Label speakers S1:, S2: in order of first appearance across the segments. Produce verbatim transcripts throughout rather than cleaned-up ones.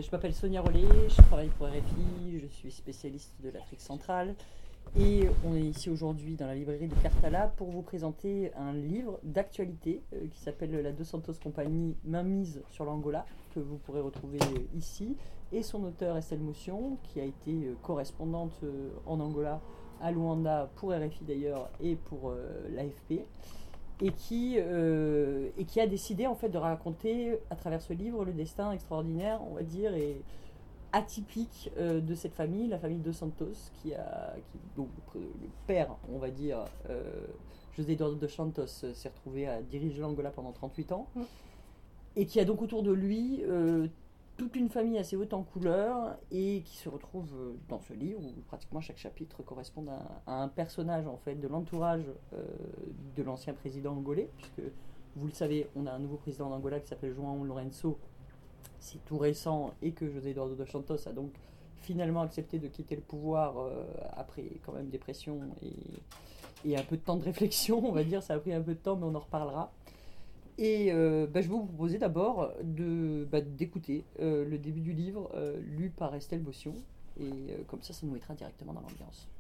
S1: je m'appelle Sonia Rollet, je travaille pour R F I, je suis spécialiste de l'Afrique centrale et on est ici aujourd'hui dans la librairie de Cartala pour vous présenter un livre d'actualité euh, qui s'appelle La Dos Santos Compagnie, main mise sur l'Angola, que vous pourrez retrouver euh, ici, et son auteur Estelle Motion, qui a été euh, correspondante euh, en Angola, à Luanda, pour R F I d'ailleurs, et pour euh, l'A F P. Et qui, euh, et qui a décidé en fait de raconter à travers ce livre le destin extraordinaire, on va dire, et atypique euh, de cette famille, la famille Dos Santos, qui a, qui, donc, le père, on va dire, euh, José Eduardo dos Santos, s'est retrouvé à diriger l'Angola pendant trente-huit ans, mmh. et qui a donc autour de lui euh, toute une famille assez haute en couleur et qui se retrouve dans ce livre où pratiquement chaque chapitre correspond à, à un personnage en fait de l'entourage euh, de l'ancien président angolais, puisque vous le savez, on a un nouveau président d'Angola qui s'appelle João Lourenço, c'est tout récent, et que José Eduardo dos Santos a donc finalement accepté de quitter le pouvoir euh, après quand même des pressions et, et un peu de temps de réflexion, on va dire, ça a pris un peu de temps mais on en reparlera. Et euh, bah, je vais vous proposer d'abord de, bah, d'écouter euh, le début du livre euh, lu par Estelle Motion. Et euh, comme ça, ça nous mettra directement dans l'ambiance.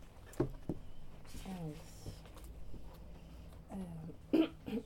S2: Euh,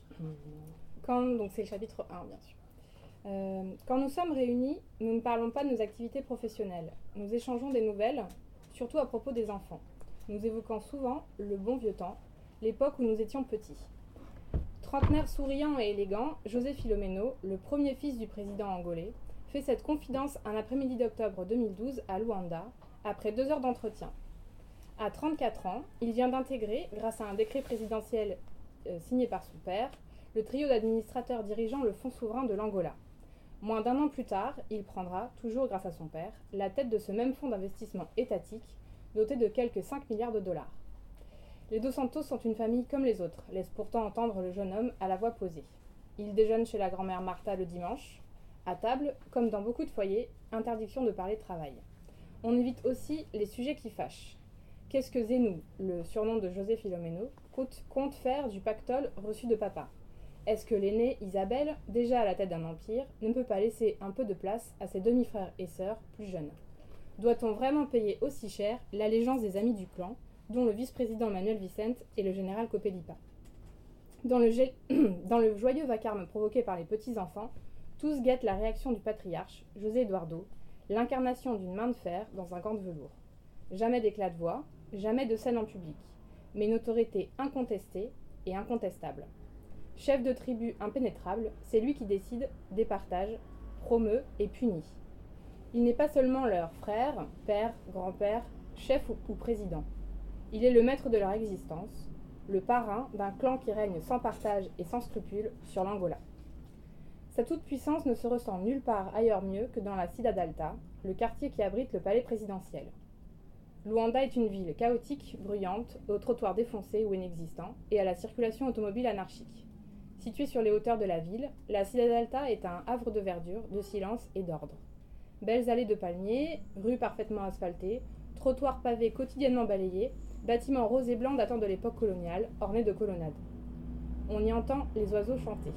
S2: quand, donc c'est le chapitre un, bien sûr. Euh, quand nous sommes réunis, nous ne parlons pas de nos activités professionnelles. Nous échangeons des nouvelles, surtout à propos des enfants. Nous évoquons souvent le bon vieux temps, l'époque où nous étions petits. Trentenaire souriant et élégant, José Filomeno, le premier fils du président angolais, fait cette confidence un après-midi d'octobre deux mille douze à Luanda, après deux heures d'entretien. À trente-quatre ans, il vient d'intégrer, grâce à un décret présidentiel euh, signé par son père, le trio d'administrateurs dirigeant le Fonds souverain de l'Angola. Moins d'un an plus tard, il prendra, toujours grâce à son père, la tête de ce même fonds d'investissement étatique, doté de quelques cinq milliards de dollars. Les Dos Santos sont une famille comme les autres, laisse pourtant entendre le jeune homme à la voix posée. Il déjeune chez la grand-mère Martha le dimanche. À table, comme dans beaucoup de foyers, interdiction de parler travail. On évite aussi les sujets qui fâchent. Qu'est-ce que Zenou, le surnom de José Filomeno, compte faire du pactole reçu de papa? Est-ce que l'aînée Isabelle, déjà à la tête d'un empire, ne peut pas laisser un peu de place à ses demi-frères et sœurs plus jeunes? Doit-on vraiment payer aussi cher l'allégeance des amis du clan, dont le vice-président Manuel Vicente et le général Copelipa? Dans le, gé... Dans le joyeux vacarme provoqué par les petits-enfants, tous guettent la réaction du patriarche, José Eduardo, l'incarnation d'une main de fer dans un gant de velours. Jamais d'éclat de voix, jamais de scène en public, mais une autorité incontestée et incontestable. Chef de tribu impénétrable, c'est lui qui décide, départage, promeut et punit. Il n'est pas seulement leur frère, père, grand-père, chef ou, ou président. Il est le maître de leur existence, le parrain d'un clan qui règne sans partage et sans scrupule sur l'Angola. Sa toute-puissance ne se ressent nulle part ailleurs mieux que dans la Cidade Alta, le quartier qui abrite le palais présidentiel. Luanda est une ville chaotique, bruyante, aux trottoirs défoncés ou inexistants, et à la circulation automobile anarchique. Située sur les hauteurs de la ville, la Cidade Alta est un havre de verdure, de silence et d'ordre. Belles allées de palmiers, rues parfaitement asphaltées, trottoirs pavés quotidiennement balayés, bâtiments roses et blancs datant de l'époque coloniale, ornés de colonnades. On y entend les oiseaux chanter.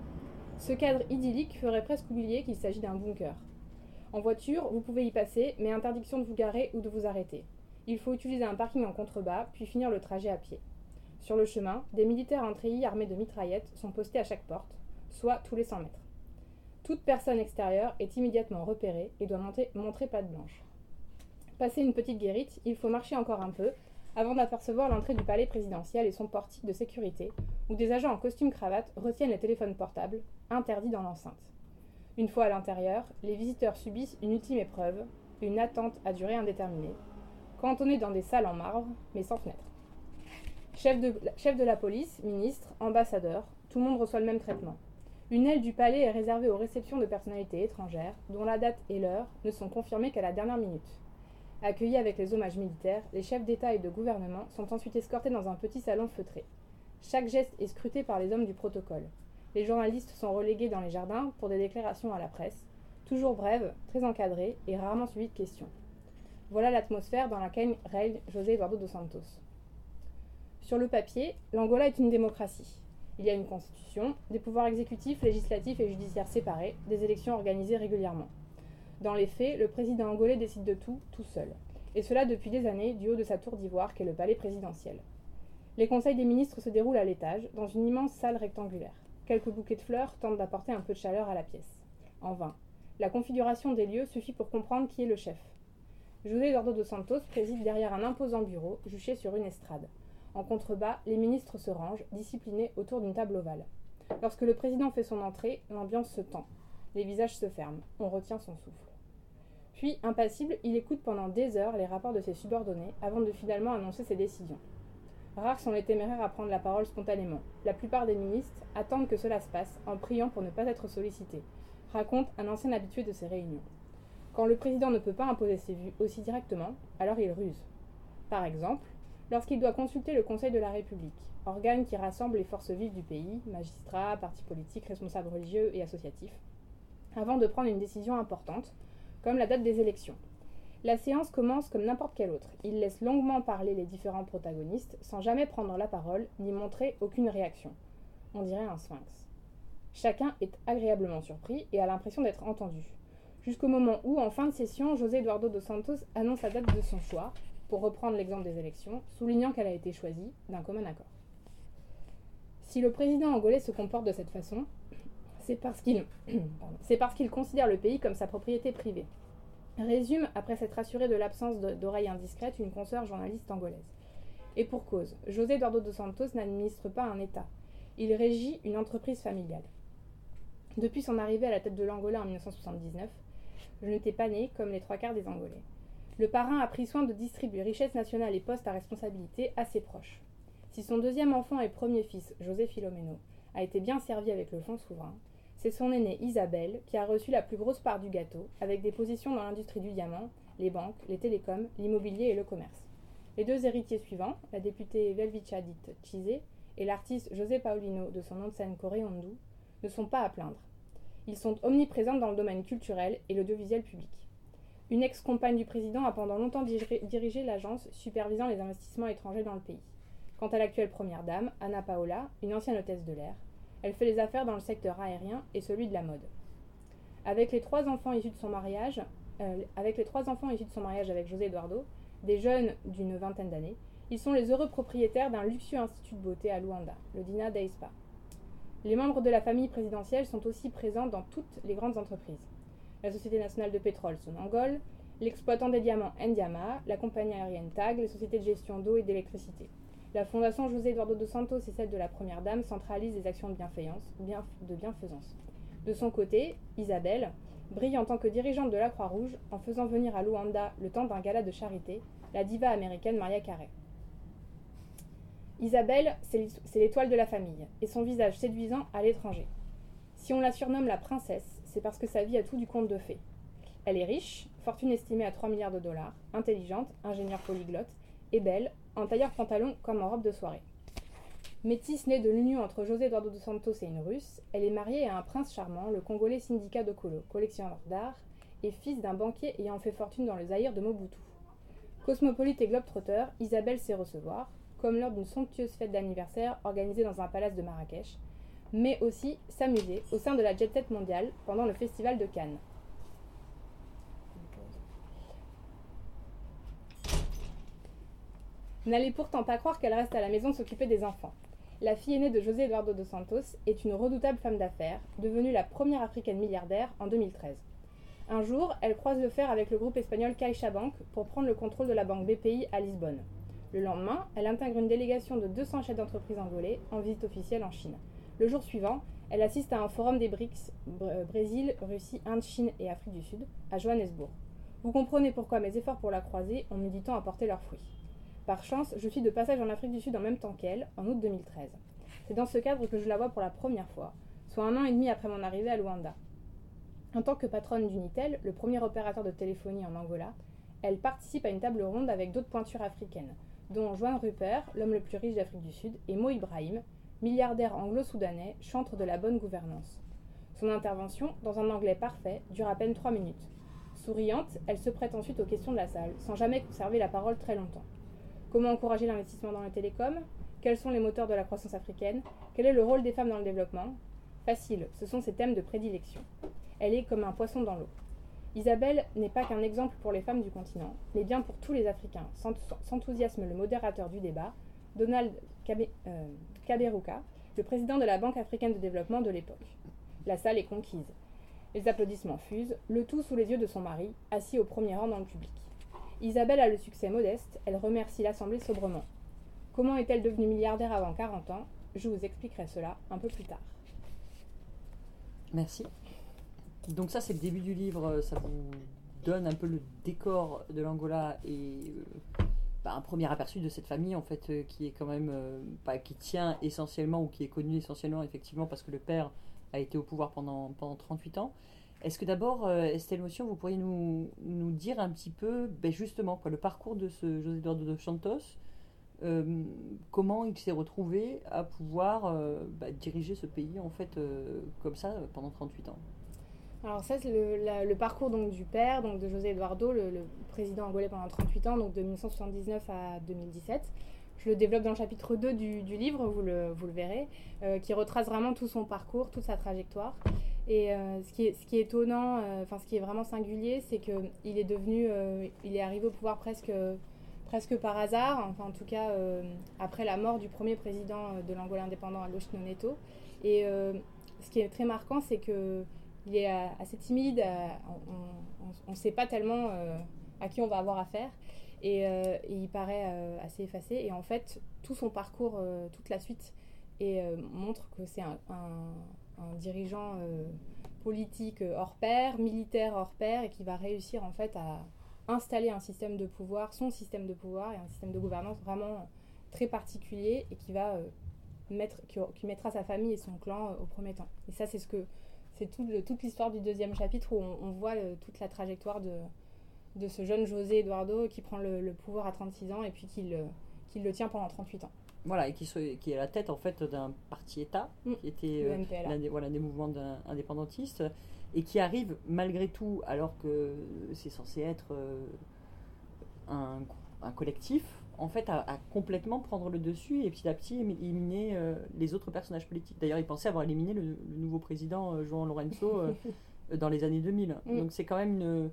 S2: Ce cadre idyllique ferait presque oublier qu'il s'agit d'un bunker. En voiture, vous pouvez y passer, mais interdiction de vous garer ou de vous arrêter. Il faut utiliser un parking en contrebas, puis finir le trajet à pied. Sur le chemin, des militaires en treillis armés de mitraillettes sont postés à chaque porte, soit tous les cent mètres. Toute personne extérieure est immédiatement repérée et doit monter, montrer patte blanche. Passé une petite guérite, il faut marcher encore un peu avant d'apercevoir l'entrée du palais présidentiel et son portique de sécurité, où des agents en costume-cravate retiennent les téléphones portables, interdits dans l'enceinte. Une fois à l'intérieur, les visiteurs subissent une ultime épreuve, une attente à durée indéterminée, cantonnés dans des salles en marbre, mais sans fenêtre. Chef de, chef de la police, ministre, ambassadeur, tout le monde reçoit le même traitement. Une aile du palais est réservée aux réceptions de personnalités étrangères, dont la date et l'heure ne sont confirmées qu'à la dernière minute. Accueillis avec les hommages militaires, les chefs d'État et de gouvernement sont ensuite escortés dans un petit salon feutré. Chaque geste est scruté par les hommes du protocole. Les journalistes sont relégués dans les jardins pour des déclarations à la presse, toujours brèves, très encadrées et rarement suivies de questions. Voilà l'atmosphère dans laquelle règne José Eduardo dos Santos. Sur le papier, l'Angola est une démocratie. Il y a une constitution, des pouvoirs exécutifs, législatifs et judiciaires séparés, des élections organisées régulièrement. Dans les faits, le président angolais décide de tout, tout seul. Et cela depuis des années, du haut de sa tour d'ivoire qu'est le palais présidentiel. Les conseils des ministres se déroulent à l'étage, dans une immense salle rectangulaire. Quelques bouquets de fleurs tentent d'apporter un peu de chaleur à la pièce. En vain. La configuration des lieux suffit pour comprendre qui est le chef. José Eduardo dos Santos préside derrière un imposant bureau, juché sur une estrade. En contrebas, les ministres se rangent, disciplinés autour d'une table ovale. Lorsque le président fait son entrée, l'ambiance se tend. Les visages se ferment. On retient son souffle. Puis, impassible, il écoute pendant des heures les rapports de ses subordonnés avant de finalement annoncer ses décisions. Rares sont les téméraires à prendre la parole spontanément. La plupart des ministres attendent que cela se passe en priant pour ne pas être sollicités, raconte un ancien habitué de ces réunions. Quand le président ne peut pas imposer ses vues aussi directement, alors il ruse. Par exemple, lorsqu'il doit consulter le Conseil de la République, organe qui rassemble les forces vives du pays, magistrats, partis politiques, responsables religieux et associatifs, avant de prendre une décision importante, comme la date des élections. La séance commence comme n'importe quelle autre. Il laisse longuement parler les différents protagonistes, sans jamais prendre la parole, ni montrer aucune réaction. On dirait un sphinx. Chacun est agréablement surpris et a l'impression d'être entendu. Jusqu'au moment où, en fin de session, José Eduardo dos Santos annonce la date de son choix, pour reprendre l'exemple des élections, soulignant qu'elle a été choisie d'un commun accord. Si le président angolais se comporte de cette façon, c'est parce qu'il c'est parce qu'il considère le pays comme sa propriété privée. Résume, après s'être assuré de l'absence d'oreilles indiscrètes, une consoeur journaliste angolaise. Et pour cause, José Eduardo dos Santos n'administre pas un État. Il régit une entreprise familiale. Depuis son arrivée à la tête de l'Angola en mille neuf cent soixante-dix-neuf, je n'étais pas né comme les trois quarts des Angolais. Le parrain a pris soin de distribuer richesse nationale et postes à responsabilité à ses proches. Si son deuxième enfant et premier fils, José Filomeno, a été bien servi avec le fonds souverain, c'est son aînée Isabelle qui a reçu la plus grosse part du gâteau, avec des positions dans l'industrie du diamant, les banques, les télécoms, l'immobilier et le commerce. Les deux héritiers suivants, la députée Velvicha dite Chizé et l'artiste José Paulino de son nom de scène Coréondou, ne sont pas à plaindre. Ils sont omniprésents dans le domaine culturel et l'audiovisuel public. Une ex-compagne du président a pendant longtemps dirigé l'agence supervisant les investissements étrangers dans le pays. Quant à l'actuelle première dame, Ana Paola, une ancienne hôtesse de l'air, elle fait les affaires dans le secteur aérien et celui de la mode. Avec les trois enfants issus de son mariage, euh, avec les trois enfants issus de son mariage avec José Eduardo, des jeunes d'une vingtaine d'années, ils sont les heureux propriétaires d'un luxueux institut de beauté à Luanda, le Dina Day Spa. Les membres de la famille présidentielle sont aussi présents dans toutes les grandes entreprises. La Société nationale de pétrole Sonangol, l'exploitant des diamants Ndiama, la compagnie aérienne TAG, les sociétés de gestion d'eau et d'électricité. La fondation José Eduardo dos Santos et celle de la Première Dame centralisent les actions de bienfaisance. Bien, de bienfaisance. De son côté, Isabelle brille en tant que dirigeante de la Croix-Rouge en faisant venir à Luanda, le temps d'un gala de charité, la diva américaine Mariah Carey. Isabelle, c'est l'étoile de la famille, et son visage séduisant à l'étranger. Si on la surnomme la princesse, c'est parce que sa vie a tout du conte de fées. Elle est riche, fortune estimée à trois milliards de dollars, intelligente, ingénieure polyglotte, et belle, en tailleur-pantalon comme en robe de soirée. Métisse née de l'union entre José Eduardo dos Santos et une Russe, elle est mariée à un prince charmant, le Congolais Sindika Dokolo, collectionneur d'art, et fils d'un banquier ayant fait fortune dans le Zaïre de Mobutu. Cosmopolite et globe-trotter, Isabelle sait recevoir, comme lors d'une somptueuse fête d'anniversaire organisée dans un palace de Marrakech, mais aussi s'amuser au sein de la jet-set mondiale pendant le festival de Cannes. N'allez pourtant pas croire qu'elle reste à la maison s'occuper des enfants. La fille aînée de José Eduardo dos Santos est une redoutable femme d'affaires, devenue la première africaine milliardaire en deux mille treize. Un jour, elle croise le fer avec le groupe espagnol CaixaBank pour prendre le contrôle de la banque B P I à Lisbonne. Le lendemain, elle intègre une délégation de deux cents chefs d'entreprise angolais en visite officielle en Chine. Le jour suivant, elle assiste à un forum des B R I C S, Brésil, Russie, Inde, Chine et Afrique du Sud, à Johannesburg. Vous comprenez pourquoi mes efforts pour la croiser ont mis du temps à porter leurs fruits. Par chance, je suis de passage en Afrique du Sud en même temps qu'elle, en août deux mille treize. C'est dans ce cadre que je la vois pour la première fois, soit un an et demi après mon arrivée à Luanda. En tant que patronne d'Unitel, le premier opérateur de téléphonie en Angola, elle participe à une table ronde avec d'autres pointures africaines, dont Joan Rupert, l'homme le plus riche d'Afrique du Sud, et Mo Ibrahim, milliardaire anglo-soudanais, chantre de la bonne gouvernance. Son intervention, dans un anglais parfait, dure à peine trois minutes. Souriante, elle se prête ensuite aux questions de la salle, sans jamais conserver la parole très longtemps. Comment encourager l'investissement dans le télécom? Quels sont les moteurs de la croissance africaine? Quel est le rôle des femmes dans le développement? Facile, ce sont ses thèmes de prédilection. Elle est comme un poisson dans l'eau. Isabelle n'est pas qu'un exemple pour les femmes du continent, mais bien pour tous les Africains, s'enthousiasme le modérateur du débat, Donald Kabe, euh, Kaberuka, le président de la Banque africaine de développement de l'époque. La salle est conquise. Les applaudissements fusent, le tout sous les yeux de son mari, assis au premier rang dans le public. Isabelle a le succès modeste, elle remercie l'Assemblée sobrement. Comment est-elle devenue milliardaire avant quarante ans ? Je vous expliquerai cela un peu plus tard.
S1: Merci. Donc ça, c'est le début du livre, ça vous donne un peu le décor de l'Angola et euh, bah, un premier aperçu de cette famille, en fait, euh, qui est quand même, euh, bah, qui tient essentiellement, ou qui est connue essentiellement, effectivement, parce que le père a été au pouvoir pendant, pendant trente-huit ans. Est-ce que d'abord, euh, Estelle Motion, vous pourriez nous, nous dire un petit peu, ben justement, quoi, le parcours de ce José Eduardo dos Santos, euh, comment il s'est retrouvé à pouvoir euh, bah, diriger ce pays, en fait, euh, comme ça, pendant trente-huit ans?
S2: Alors ça, c'est le, la, le parcours donc, du père, donc de José Eduardo, le, le président angolais pendant trente-huit ans, donc de mille neuf cent soixante-dix-neuf à deux mille dix-sept. Je le développe dans le chapitre deux du, du livre, vous le, vous le verrez, euh, qui retrace vraiment tout son parcours, toute sa trajectoire. Et euh, ce, qui est, ce qui est étonnant, euh, enfin ce qui est vraiment singulier, c'est qu'il est devenu, euh, il est arrivé au pouvoir presque, presque par hasard, enfin en tout cas euh, après la mort du premier président de l'Angola indépendant, Agostinho Neto. Et euh, ce qui est très marquant, c'est que il est assez timide, on ne sait pas tellement euh, à qui on va avoir affaire. Et, euh, et il paraît euh, assez effacé. Et en fait, tout son parcours, euh, toute la suite, et, euh, montre que c'est un, un, un dirigeant euh, politique hors pair, militaire hors pair, et qui va réussir en fait à installer un système de pouvoir, son système de pouvoir et un système de gouvernance vraiment très particulier, et qui va euh, mettre, qui, qui mettra sa famille et son clan euh, au premier temps. Et ça, c'est ce que c'est tout le, toute l'histoire du deuxième chapitre où on, on voit le, toute la trajectoire de de ce jeune José Eduardo qui prend le, le pouvoir à trente-six ans et puis qui le, qui le tient pendant trente-huit ans.
S1: Voilà, et qui, se, qui est à la tête en fait d'un parti-État, mmh. qui était euh, l'un des, voilà, des mouvements indépendantistes, et qui arrive malgré tout, alors que c'est censé être euh, un, un collectif, en fait, à, à complètement prendre le dessus et petit à petit éliminer euh, les autres personnages politiques. D'ailleurs, il pensait avoir éliminé le, le nouveau président, euh, João Lourenço, euh, dans les années deux mille. Mmh. Donc c'est quand même une...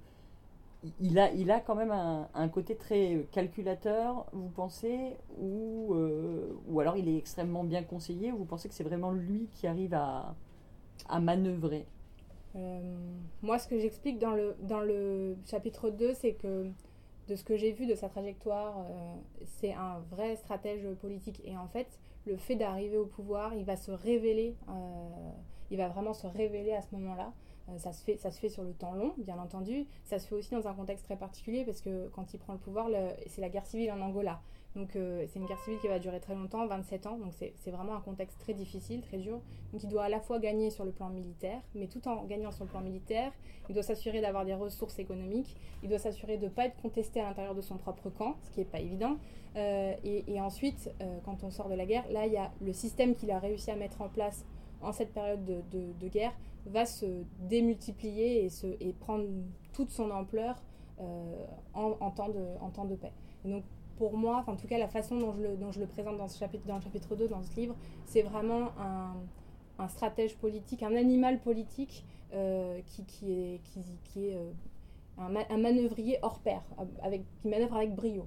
S1: Il a, il a quand même un, un côté très calculateur, vous pensez, ou, euh, ou alors il est extrêmement bien conseillé, ou vous pensez que c'est vraiment lui qui arrive à, à manœuvrer?
S2: euh, Moi, ce que j'explique dans le, dans le chapitre deux, c'est que de ce que j'ai vu de sa trajectoire, euh, c'est un vrai stratège politique. Et en fait, le fait d'arriver au pouvoir, il va se révéler, euh, il va vraiment se révéler à ce moment-là. Euh, ça, se fait, ça se fait sur le temps long, bien entendu. Ça se fait aussi dans un contexte très particulier parce que quand il prend le pouvoir, le, c'est la guerre civile en Angola. Donc euh, c'est une guerre civile qui va durer très longtemps, vingt-sept ans. Donc c'est, c'est vraiment un contexte très difficile, très dur. Donc il doit à la fois gagner sur le plan militaire, mais tout en gagnant sur le plan militaire, il doit s'assurer d'avoir des ressources économiques. Il doit s'assurer de ne pas être contesté à l'intérieur de son propre camp, ce qui n'est pas évident. Euh, et, et ensuite, euh, quand on sort de la guerre, là il y a le système qu'il a réussi à mettre en place en cette période de, de, de guerre va se démultiplier et, se, et prendre toute son ampleur euh, en, en, temps de, en temps de paix. Et donc pour moi, en tout cas la façon dont je le, dont je le présente dans, ce chapitre, dans le chapitre deux, dans ce livre, c'est vraiment un, un stratège politique, un animal politique euh, qui, qui est, qui, qui est euh, un, un manœuvrier hors pair, avec, qui manœuvre avec brio.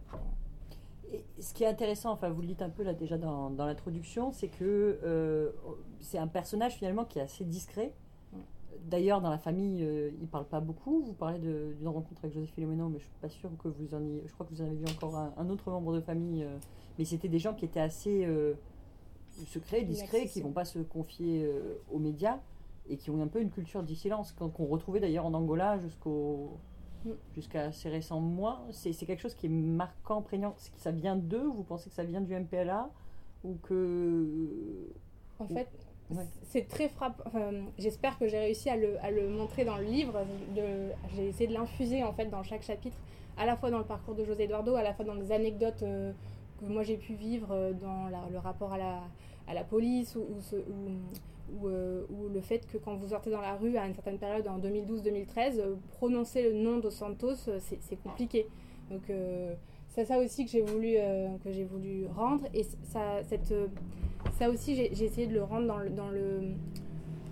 S1: Et ce qui est intéressant, enfin vous le dites un peu là déjà dans, dans l'introduction, c'est que euh, c'est un personnage finalement qui est assez discret. D'ailleurs, dans la famille, euh, il ne parle pas beaucoup. Vous parlez de, d'une rencontre avec José Filomeno, mais je ne suis pas sûre que vous en ayez... Je crois que vous en avez vu encore un, un autre membre de famille. Euh, mais c'était des gens qui étaient assez euh, secrets, discrets, qui ne vont pas se confier euh, aux médias et qui ont un peu une culture du silence, qu'on, qu'on retrouvait d'ailleurs en Angola jusqu'au, mm. jusqu'à assez récents mois. C'est, c'est quelque chose qui est marquant, prégnant. C'est que ça vient d'eux? Vous pensez que ça vient du M P L A? Ou que...
S2: En ou... fait... Ouais. C'est très frappant. Enfin, j'espère que j'ai réussi à le, à le montrer dans le livre. De, j'ai essayé de l'infuser en fait dans chaque chapitre, à la fois dans le parcours de José Eduardo, à la fois dans les anecdotes euh, que moi j'ai pu vivre euh, dans la, le rapport à la, à la police ou, ou, ce, ou, ou, euh, ou le fait que quand vous sortez dans la rue à une certaine période en deux mille douze deux mille treize, euh, prononcer le nom dos Santos, c'est, c'est compliqué. Donc euh, c'est ça aussi que j'ai voulu, euh, que j'ai voulu rendre. Et ça, cette, ça aussi, j'ai, j'ai essayé de le rendre dans le, dans le,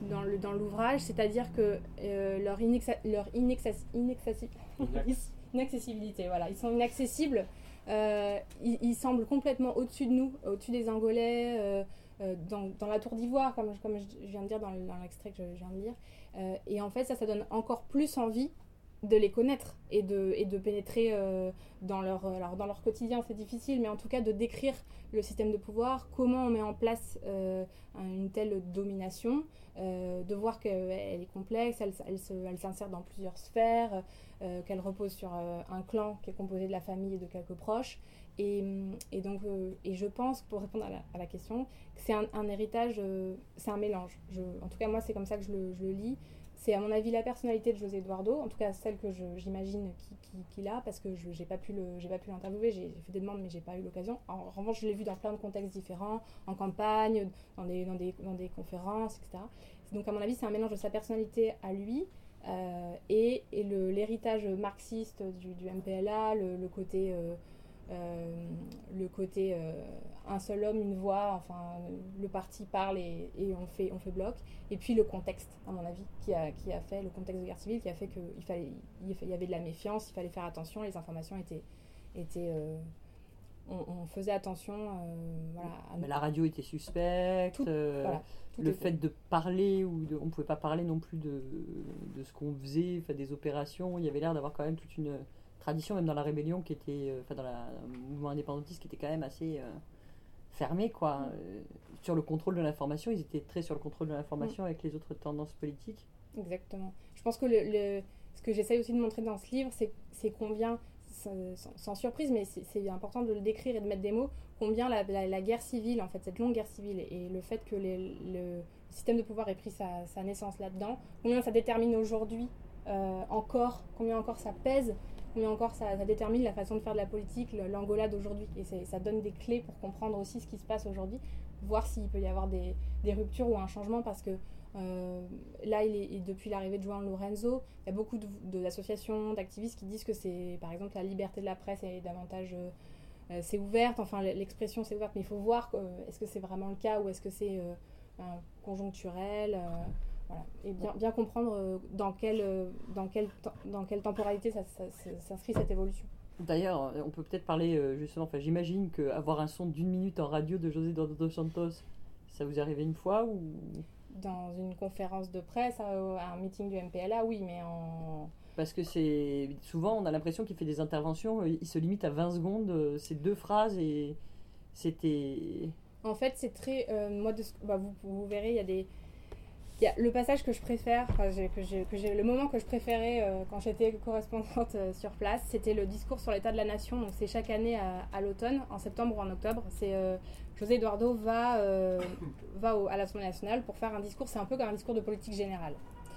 S2: dans, le, dans l'ouvrage, c'est-à-dire que euh, leur, inexa- leur inexac- inexac- inaccessibilité, voilà, ils sont inaccessibles, euh, ils, ils semblent complètement au-dessus de nous, au-dessus des Angolais, euh, euh, dans, dans la tour d'ivoire, comme, comme je viens de dire dans, dans l'extrait que je viens de lire. Euh, et en fait, ça, ça donne encore plus envie de les connaître et de, et de pénétrer euh, dans, leur, alors dans leur quotidien, c'est difficile, mais en tout cas de décrire le système de pouvoir, comment on met en place euh, une telle domination, euh, de voir qu'elle est complexe, elle, elle, se, elle s'insère dans plusieurs sphères, euh, qu'elle repose sur euh, un clan qui est composé de la famille et de quelques proches. Et, et donc, euh, et je pense, pour répondre à la, à la question, que c'est un, un héritage, euh, c'est un mélange. Je, en tout cas, moi, c'est comme ça que je le, je le lis. C'est à mon avis la personnalité de José Eduardo, en tout cas celle que je, j'imagine qu'il, qu'il, qu'il a, parce que je n'ai pas pu l'interviewer, j'ai, j'ai fait des demandes mais j'ai pas eu l'occasion. En revanche, je l'ai vu dans plein de contextes différents, en campagne, dans des, dans des, dans des conférences, et cetera. Donc à mon avis, c'est un mélange de sa personnalité à lui euh, et, et le, l'héritage marxiste du, du M P L A, le, le côté... Euh, Euh, le côté euh, un seul homme, une voix, enfin le parti parle et, et on, fait, on fait bloc, et puis le contexte, à mon avis, qui a, qui a fait, le contexte de guerre civile, qui a fait qu'il fallait, il y avait de la méfiance, il fallait faire attention, les informations étaient... étaient euh, on, on faisait attention. Euh, voilà, à
S1: Mais la radio était suspecte, tout, euh, voilà, tout le était. fait de parler, ou de, on ne pouvait pas parler non plus de, de ce qu'on faisait, fait, des opérations, il y avait l'air d'avoir quand même toute une tradition, même dans la rébellion, qui était, enfin euh, dans la, le mouvement indépendantiste, qui était quand même assez euh, fermé, quoi. Mm. Euh, sur le contrôle de l'information, ils étaient très sur le contrôle de l'information mm. avec les autres tendances politiques.
S2: Exactement. Je pense que le, le, ce que j'essaye aussi de montrer dans ce livre, c'est, c'est combien, sans, sans surprise, mais c'est, c'est important de le décrire et de mettre des mots, combien la, la, la guerre civile, en fait, cette longue guerre civile, et le fait que les, le système de pouvoir ait pris sa, sa naissance là-dedans, combien ça détermine aujourd'hui euh, encore, combien encore ça pèse, combien encore ça, ça détermine la façon de faire de la politique, l'Angola d'aujourd'hui. Et c'est, ça donne des clés pour comprendre aussi ce qui se passe aujourd'hui, voir s'il peut y avoir des, des ruptures ou un changement, parce que euh, là, il est, depuis l'arrivée de João Lourenço, il y a beaucoup de, de, d'associations, d'activistes qui disent que c'est, par exemple, la liberté de la presse est davantage... Euh, c'est ouverte, enfin l'expression c'est ouverte, mais il faut voir euh, est-ce que c'est vraiment le cas ou est-ce que c'est euh, un conjoncturel, euh, voilà. Et bien, bien comprendre dans quelle, dans quelle, dans quelle temporalité ça, ça, ça, s'inscrit cette évolution.
S1: D'ailleurs, on peut peut-être parler justement, enfin j'imagine qu'avoir un son d'une minute en radio de José Eduardo dos Santos, ça vous est arrivé une fois ou...
S2: Dans une conférence de presse, à un meeting du M P L A, oui, mais en...
S1: Parce que c'est souvent, on a l'impression qu'il fait des interventions, il se limite à vingt secondes, c'est deux phrases et c'était...
S2: En fait, c'est très... Euh, moi, de, bah, vous, vous verrez, il y a des... Il y a le passage que je préfère, enfin, j'ai, que j'ai, que j'ai, le moment que je préférais euh, quand j'étais correspondante euh, sur place, c'était le discours sur l'état de la nation. Donc c'est chaque année à, à l'automne, en septembre ou en octobre. C'est euh, José Eduardo va, euh, va au, à l'Assemblée nationale pour faire un discours. C'est un peu comme un discours de politique générale.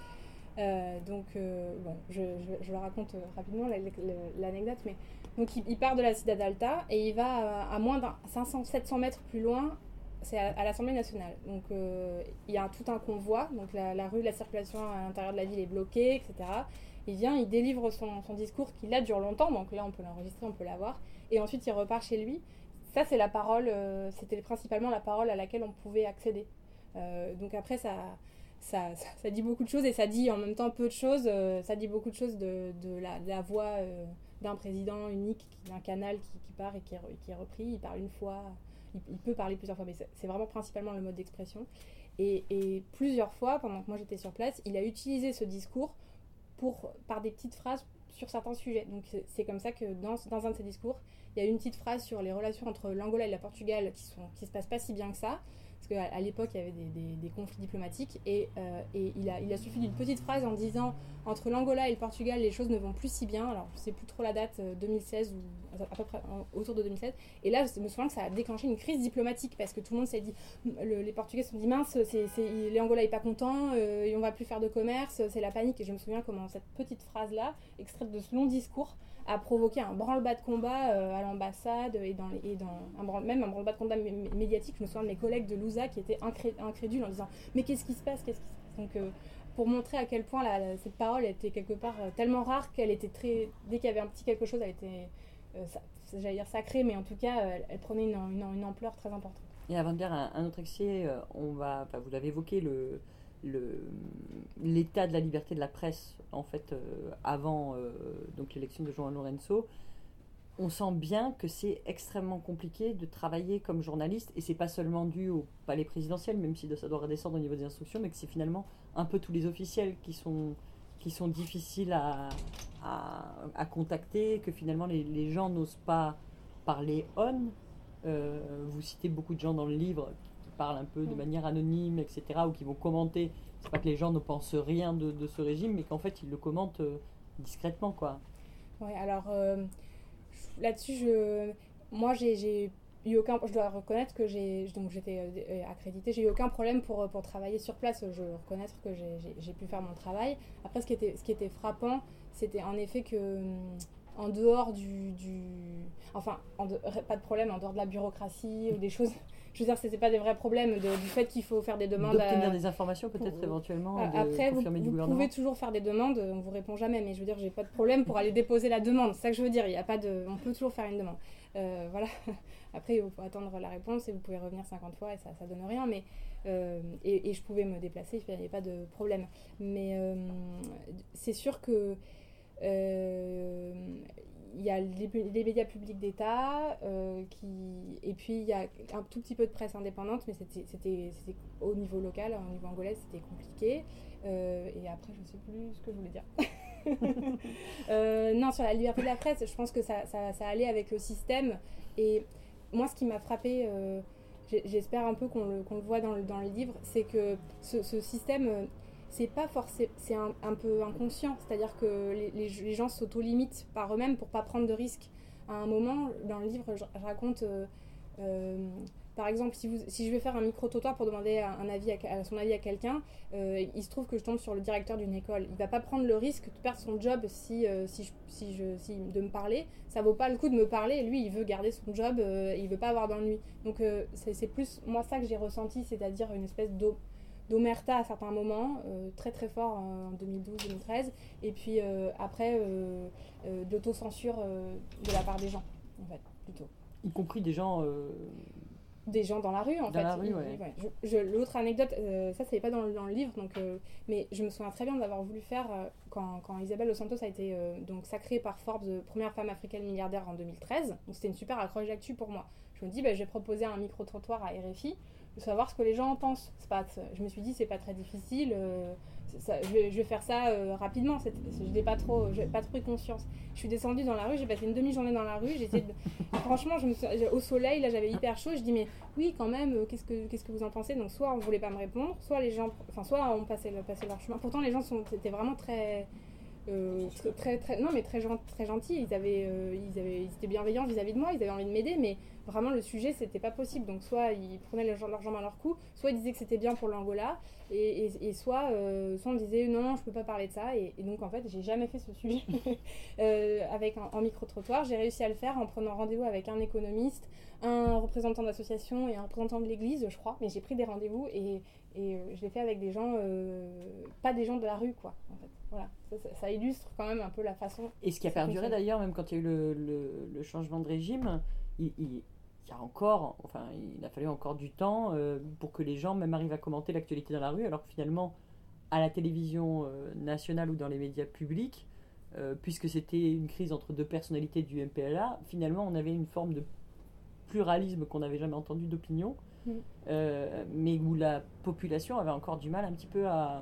S2: Euh, donc euh, bon, je, je, je le raconte rapidement l'anecdote, mais donc il, il part de la Ciudad Alta et il va à, à moins d'un cinq cents sept cents mètres plus loin. C'est à, à l'Assemblée nationale. Donc, euh, il y a un, tout un convoi. Donc, la, la rue, la circulation à l'intérieur de la ville est bloquée, et cetera. Il vient, il délivre son, son discours qui, là, dure longtemps. Donc, là, on peut l'enregistrer, on peut l'avoir. Et ensuite, il repart chez lui. Ça, c'est la parole, euh, c'était principalement la parole à laquelle on pouvait accéder. Euh, donc, après, ça, ça, ça, ça dit beaucoup de choses et ça dit en même temps peu de choses. Euh, ça dit beaucoup de choses de, de, la, de la voix euh, d'un président unique, d'un canal qui, qui part et qui est, qui est repris. Il parle une fois. Il peut parler plusieurs fois, mais c'est vraiment principalement le mode d'expression. Et, et plusieurs fois, pendant que moi j'étais sur place, il a utilisé ce discours pour, par des petites phrases sur certains sujets. Donc c'est comme ça que dans, dans un de ses discours, il y a une petite phrase sur les relations entre l'Angola et la Portugal qui ne qui se passent pas si bien que ça. Parce qu'à à l'époque, il y avait des, des, des conflits diplomatiques. Et, euh, et il, a, il a suffi d'une petite phrase en disant « Entre l'Angola et le Portugal, les choses ne vont plus si bien. » Alors, je ne sais plus trop la date, deux mille seize ou à peu près autour de deux mille seize. Et là, je me souviens que ça a déclenché une crise diplomatique parce que tout le monde s'est dit le, les Portugais se sont dit « Mince, c'est, c'est, l'Angola n'est pas content, euh, et on ne va plus faire de commerce, c'est la panique. » Et je me souviens comment cette petite phrase-là, extraite de ce long discours, a provoqué un branle-bas de combat euh, à l'ambassade et, dans les, et dans un branle, même un branle-bas de combat m- médiatique. Je me souviens de mes collègues de l'U S A qui étaient incré- incrédules en disant « Mais qu'est-ce qui se passe qu'est-ce qui se passe ?» Donc, euh, pour montrer à quel point la, la, cette parole était quelque part euh, tellement rare qu'elle était très... Dès qu'il y avait un petit quelque chose, elle était, euh, ça, j'allais dire sacrée, mais en tout cas, euh, elle, elle prenait une, une, une ampleur très importante.
S1: Et avant de dire un, un autre excès, on va, enfin, vous l'avez évoqué, le, le, l'état de la liberté de la presse, en fait, euh, avant euh, donc l'élection de João Lourenço, on sent bien que c'est extrêmement compliqué de travailler comme journaliste, et c'est pas seulement dû au palais présidentiel, même si ça doit redescendre au niveau des instructions, mais que c'est finalement un peu tous les officiels qui sont, qui sont difficiles à, à, à contacter, que finalement les, les gens n'osent pas parler on. Euh, vous citez beaucoup de gens dans le livre qui parlent un peu de manière anonyme, et cetera, ou qui vont commenter. C'est pas que les gens ne pensent rien de, de ce régime, mais qu'en fait ils le commentent euh, discrètement, quoi.
S2: Oui, alors euh, là-dessus, je, moi j'ai, j'ai eu aucun, je dois reconnaître que j'ai, donc j'étais euh, accréditée, j'ai eu aucun problème pour, pour travailler sur place. Je dois reconnaître que j'ai, j'ai, j'ai pu faire mon travail. Après, ce qui était, ce qui était frappant, c'était en effet que en dehors du, du enfin, en de, pas de problème, en dehors de la bureaucratie ou des choses. Je veux dire, c'était pas des vrais problèmes de, du fait qu'il faut faire des demandes.
S1: D'obtenir
S2: à,
S1: des informations, peut-être
S2: pour,
S1: éventuellement.
S2: Après,
S1: de
S2: vous,
S1: du
S2: vous pouvez toujours faire des demandes, on vous répond jamais, mais je veux dire, j'ai pas de problème pour aller déposer la demande. C'est ça que je veux dire. Il y a pas de, on peut toujours faire une demande. Euh, voilà. Après, il faut attendre la réponse et vous pouvez revenir cinquante fois et ça, ça donne rien. Mais euh, et, et je pouvais me déplacer, il n'y avait pas de problème. Mais euh, c'est sûr que euh, il y a les, les médias publics d'État, euh, qui, et puis il y a un tout petit peu de presse indépendante, mais c'était, c'était, c'était au niveau local, au niveau angolais, c'était compliqué. Euh, et après, je ne sais plus ce que je voulais dire. euh, non, sur la liberté de la presse, je pense que ça, ça, ça allait avec le système. Et moi, ce qui m'a frappé, euh, j'espère un peu qu'on le, qu'on le voit dans le, dans le livre, c'est que ce, ce système... Euh, c'est pas forcément, c'est un, un peu inconscient, c'est-à-dire que les, les, les gens s'auto-limitent par eux-mêmes pour pas prendre de risques. À un moment, dans le livre, je, je raconte, euh, euh, par exemple, si, vous, si je vais faire un micro-trottoir pour demander un avis à, à son avis à quelqu'un, euh, il se trouve que je tombe sur le directeur d'une école. Il va pas prendre le risque de perdre son job si, euh, si, je, si, je, si de me parler. Ça vaut pas le coup de me parler. Lui, il veut garder son job, euh, il veut pas avoir d'ennui. Donc euh, c'est, c'est plus moi ça que j'ai ressenti, c'est-à-dire une espèce d'eau. d'omerta à certains moments, euh, très très fort en deux mille douze deux mille treize, et puis euh, après euh, euh, d'autocensure euh, de la part des gens, en fait, plutôt.
S1: Y compris des gens... Euh...
S2: Des gens dans la rue, en
S1: dans
S2: fait.
S1: La rue, ouais.
S2: Ouais. Je, je, l'autre anecdote, euh, ça c'est pas dans le, dans le livre, donc, euh, mais je me souviens très bien d'avoir voulu faire, euh, quand, quand Isabelle Dos Santos a été euh, donc, sacrée par Forbes première femme africaine milliardaire en deux mille treize, donc c'était une super accroche d'actu pour moi. Je me dis, bah, je vais proposer un micro-trottoir à R F I, de savoir ce que les gens en pensent. C'est pas, je me suis dit, c'est pas très difficile, euh, ça, je, vais, je vais faire ça euh, rapidement. C'est, je n'ai pas trop, j'ai pas trop pris conscience. Je suis descendue dans la rue, j'ai passé une demi-journée dans la rue. J'ai essayé de... Franchement, je me suis... au soleil, là j'avais hyper chaud. Je dis, mais oui, quand même, euh, qu'est-ce, que, qu'est-ce que vous en pensez? Donc, soit on voulait pas me répondre, soit les gens, enfin, soit on passait, passait leur chemin. Pourtant, les gens sont, c'était vraiment très. Euh, très, très, très, non mais très, très gentils, ils, avaient, euh, ils, avaient, ils étaient bienveillants vis-à-vis de moi, ils avaient envie de m'aider, mais vraiment le sujet c'était pas possible, donc soit ils prenaient leur, leur jambe à leur cou, soit ils disaient que c'était bien pour l'Angola, et, et, et soit, euh, soit on disait non je peux pas parler de ça, et, et donc en fait j'ai jamais fait ce sujet euh, avec un, en micro-trottoir. J'ai réussi à le faire en prenant rendez-vous avec un économiste, un représentant d'association et un représentant de l'église je crois, mais j'ai pris des rendez-vous et, et euh, je l'ai fait avec des gens, euh, pas des gens de la rue quoi en fait. Voilà, ça, ça, ça illustre quand même un peu la façon.
S1: Et ce qui a perduré d'ailleurs, même quand il y a eu le, le, le changement de régime, il, il, il y a encore, enfin, il a fallu encore du temps euh, pour que les gens même arrivent à commenter l'actualité dans la rue, alors que finalement, à la télévision euh, nationale ou dans les médias publics, euh, puisque c'était une crise entre deux personnalités du M P L A, finalement, on avait une forme de pluralisme qu'on n'avait jamais entendu d'opinion, mmh. euh, mais où la population avait encore du mal un petit peu à...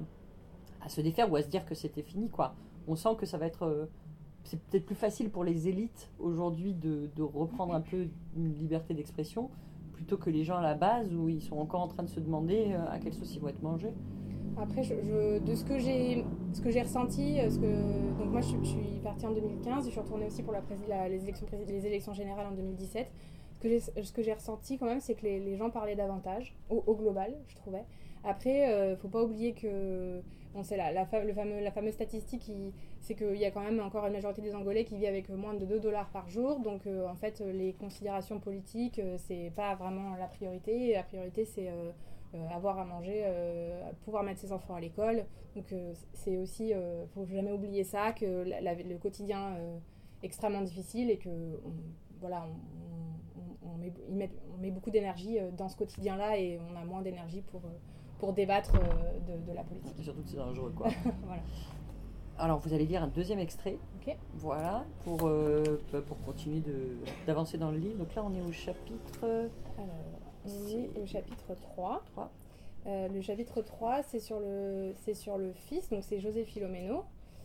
S1: à se défaire ou à se dire que c'était fini quoi. On sent que ça va être euh, c'est peut-être plus facile pour les élites aujourd'hui de, de reprendre un peu une liberté d'expression plutôt que les gens à la base où ils sont encore en train de se demander euh, à quelle sauce ils vont être mangés.
S2: Après je, je, de ce que j'ai ce que j'ai ressenti, ce que, donc moi je, je suis partie en deux mille quinze, je suis retournée aussi pour la, la, les, élections, les élections générales en deux mille dix-sept. Ce que j'ai, ce que j'ai ressenti quand même, c'est que les, les gens parlaient davantage au, au global, je trouvais. Après, euh, faut pas oublier que bon, c'est la, la, le fameux, la fameuse statistique, qui, c'est qu'il y a quand même encore une majorité des Angolais qui vit avec moins de deux dollars par jour. Donc, euh, en fait, les considérations politiques, euh, c'est pas vraiment la priorité. La priorité, c'est euh, euh, avoir à manger, euh, pouvoir mettre ses enfants à l'école. Donc, euh, c'est aussi, euh, faut jamais oublier ça, que la, la, le quotidien euh, est extrêmement difficile et que, on, voilà, on, on, on, met, met, on met beaucoup d'énergie dans ce quotidien-là et on a moins d'énergie pour... Euh, pour débattre euh, de, de la politique.
S1: Et surtout que c'est dangereux, quoi.
S2: Voilà.
S1: Alors, vous allez lire un deuxième extrait.
S2: Ok.
S1: Voilà, pour, euh, pour continuer de, d'avancer dans le livre. Donc là, on est au chapitre...
S2: Alors, on est
S1: C'est-
S2: au chapitre trois.
S1: trois.
S2: Euh, le chapitre trois, c'est sur le, c'est sur le fils, donc c'est José Filomeno.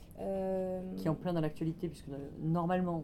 S2: Euh,
S1: Qui est en plein dans l'actualité, puisque euh, normalement,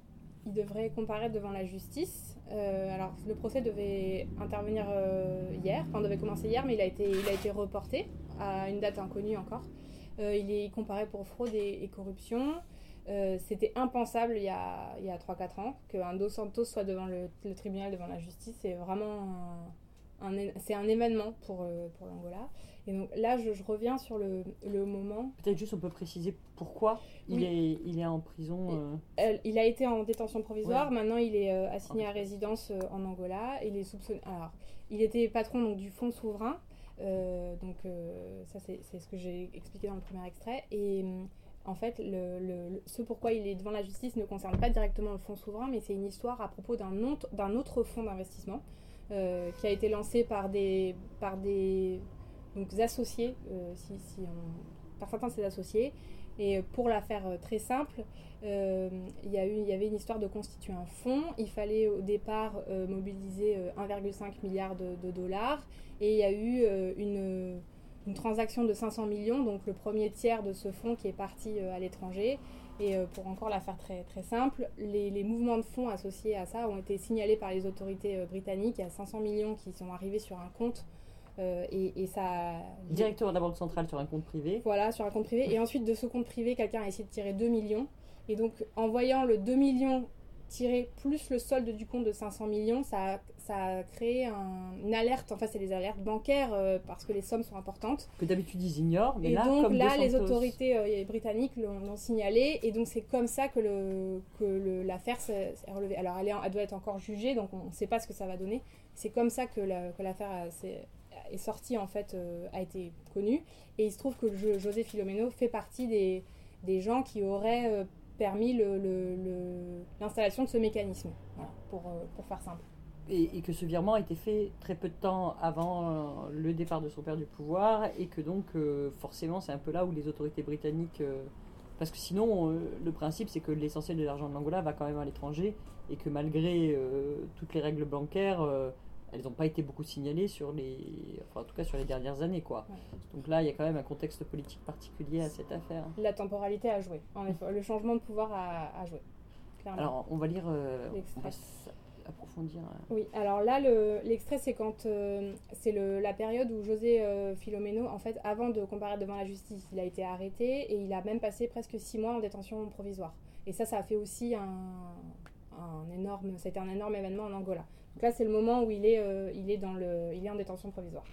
S2: Il devrait comparaître devant la justice. Euh, alors, le procès devait intervenir euh, hier, enfin, devait commencer hier, mais il a été, il a été reporté à une date inconnue encore. Euh, il est comparé pour fraude et, et corruption. Euh, c'était impensable il y a, il y a trois quatre ans qu'un Dos Santos soit devant le, le tribunal, devant la justice. C'est vraiment un, un, c'est un événement pour, euh, pour l'Angola. Et donc là, je, je reviens sur le, le moment.
S1: peut-être juste on peut préciser pourquoi il,
S2: Oui.
S1: est, il est en prison. euh,
S2: Euh, il a été en détention provisoire,
S1: Ouais.
S2: maintenant il est euh, assigné à résidence euh, en Angola. Il est soupçonné. Alors, il était patron donc, du Fonds souverain, euh, donc euh, ça c'est, c'est ce que j'ai expliqué dans le premier extrait. Et hum, en fait, le, le- le- ce pourquoi il est devant la justice ne concerne pas directement le Fonds souverain, mais c'est une histoire à propos d'un autre, d'un autre fonds d'investissement euh, qui a été lancé par des, par des donc, associés, euh, si, si on, par certains de ses associés. Et pour la faire euh, très simple, euh, il, y a eu, il y avait une histoire de constituer un fonds. Il fallait au départ euh, mobiliser euh, un virgule cinq milliard de, de dollars. Et il y a eu euh, une, une transaction de cinq cents millions, donc le premier tiers de ce fonds qui est parti euh, à l'étranger. Et euh, pour encore la faire très, très simple, les, les mouvements de fonds associés à ça ont été signalés par les autorités euh, britanniques. Il y a cinq cents millions qui sont arrivés sur un compte. Euh, et, et ça...
S1: Directeur de la Banque centrale sur un compte privé.
S2: Voilà, sur un compte privé. Et ensuite, de ce compte privé, quelqu'un a essayé de tirer deux millions. Et donc, en voyant le deux millions tiré plus le solde du compte de cinq cents millions, ça a, ça a créé un, une alerte. Enfin, c'est des alertes bancaires euh, parce que les sommes sont importantes.
S1: Que d'habitude ils ignorent, mais
S2: Et
S1: là,
S2: donc,
S1: comme
S2: là,
S1: Dos
S2: les
S1: Santos-
S2: autorités euh, britanniques l'ont, l'ont signalé. Et donc, c'est comme ça que, le, que le, l'affaire s'est, s'est relevée. Alors, elle, est, elle doit être encore jugée, donc on ne sait pas ce que ça va donner. C'est comme ça que, la, que l'affaire a, s'est, est sortie, en fait, euh, a été connue. Et il se trouve que le, José Filomeno fait partie des, des gens qui auraient euh, permis le, le, le, l'installation de ce mécanisme, voilà, pour, euh, pour faire simple.
S1: Et, et que ce virement a été fait très peu de temps avant euh, le départ de son père du pouvoir, et que donc euh, forcément c'est un peu là où les autorités britanniques... euh, parce que sinon, euh, le principe c'est que l'essentiel de l'argent de l'Angola va quand même à l'étranger, et que malgré euh, toutes les règles bancaires, euh, elles n'ont pas été beaucoup signalées sur les... Enfin, en tout cas sur les dernières années, quoi.
S2: Ouais.
S1: Donc là, il y a quand même un contexte politique particulier à cette affaire.
S2: La temporalité a joué, en effet. Le changement de pouvoir a, a joué, clairement.
S1: Alors, on va lire... euh,
S2: L'extrait.
S1: on va s- approfondir... euh,
S2: Oui, alors là, le, l'extrait, c'est quand euh, c'est le, la période où José euh, Filomeno, en fait, avant de comparaître devant la justice, il a été arrêté et il a même passé presque six mois en détention provisoire. Et ça, ça a fait aussi un, un énorme, c'était un énorme événement en Angola. Donc là, c'est le moment où il est, euh, il est, dans le, il est en détention provisoire.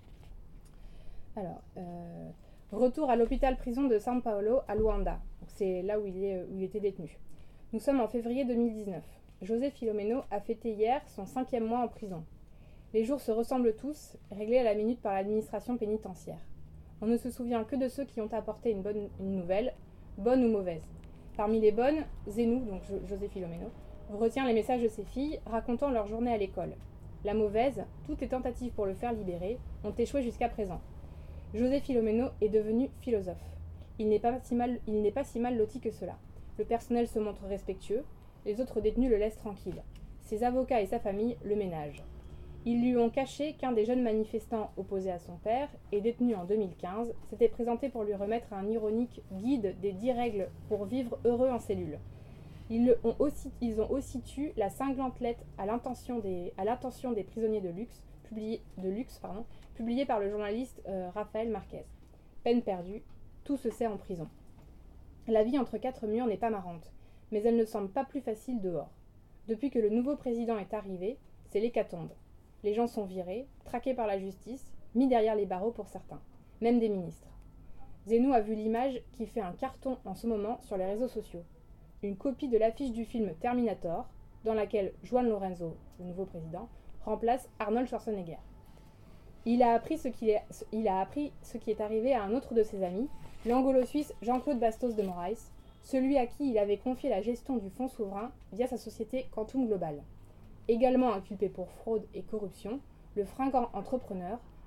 S2: Alors, euh, retour à l'hôpital-prison de São Paulo à Luanda. Donc c'est là où il, est, où il était détenu. Nous sommes en février deux mille dix-neuf. José Filomeno a fêté hier son cinquième mois en prison. Les jours se ressemblent tous, réglés à la minute par l'administration pénitentiaire. On ne se souvient que de ceux qui ont apporté une bonne une nouvelle, bonne ou mauvaise. Parmi les bonnes, Zenou, donc José Filomeno, retient les messages de ses filles racontant leur journée à l'école. La mauvaise, toutes les tentatives pour le faire libérer, ont échoué jusqu'à présent. José Filomeno est devenu philosophe. Il n'est pas si mal, il n'est pas si mal loti que cela. Le personnel se montre respectueux, les autres détenus le laissent tranquille. Ses avocats et sa famille le ménagent. Ils lui ont caché qu'un des jeunes manifestants opposés à son père, et détenu en deux mille quinze, s'était présenté pour lui remettre un ironique guide des dix règles pour vivre heureux en cellule. Ils ont aussi, ils ont aussi tué la cinglante lettre à l'intention des, à l'intention des prisonniers de luxe, publiée, de luxe, pardon, publiée par le journaliste euh, Rafael Marquez. Peine perdue, tout se sait en prison. La vie entre quatre murs n'est pas marrante, mais elle ne semble pas plus facile dehors. Depuis que le nouveau président est arrivé, c'est l'hécatombe. Les gens sont virés, traqués par la justice, mis derrière les barreaux pour certains, même des ministres. Zenou a vu l'image qui fait un carton en ce moment sur les réseaux sociaux. Une copie de l'affiche du film Terminator, dans laquelle Juan Lorenzo, le nouveau président, remplace Arnold Schwarzenegger. Il a appris ce qui est, il a appris ce qui est arrivé à un autre de ses amis, l'anglo-suisse Jean-Claude Bastos de Moraes, celui à qui il avait confié la gestion du fonds souverain via sa société Quantum Global. Également inculpé pour fraude et corruption, le fringant entrepreneur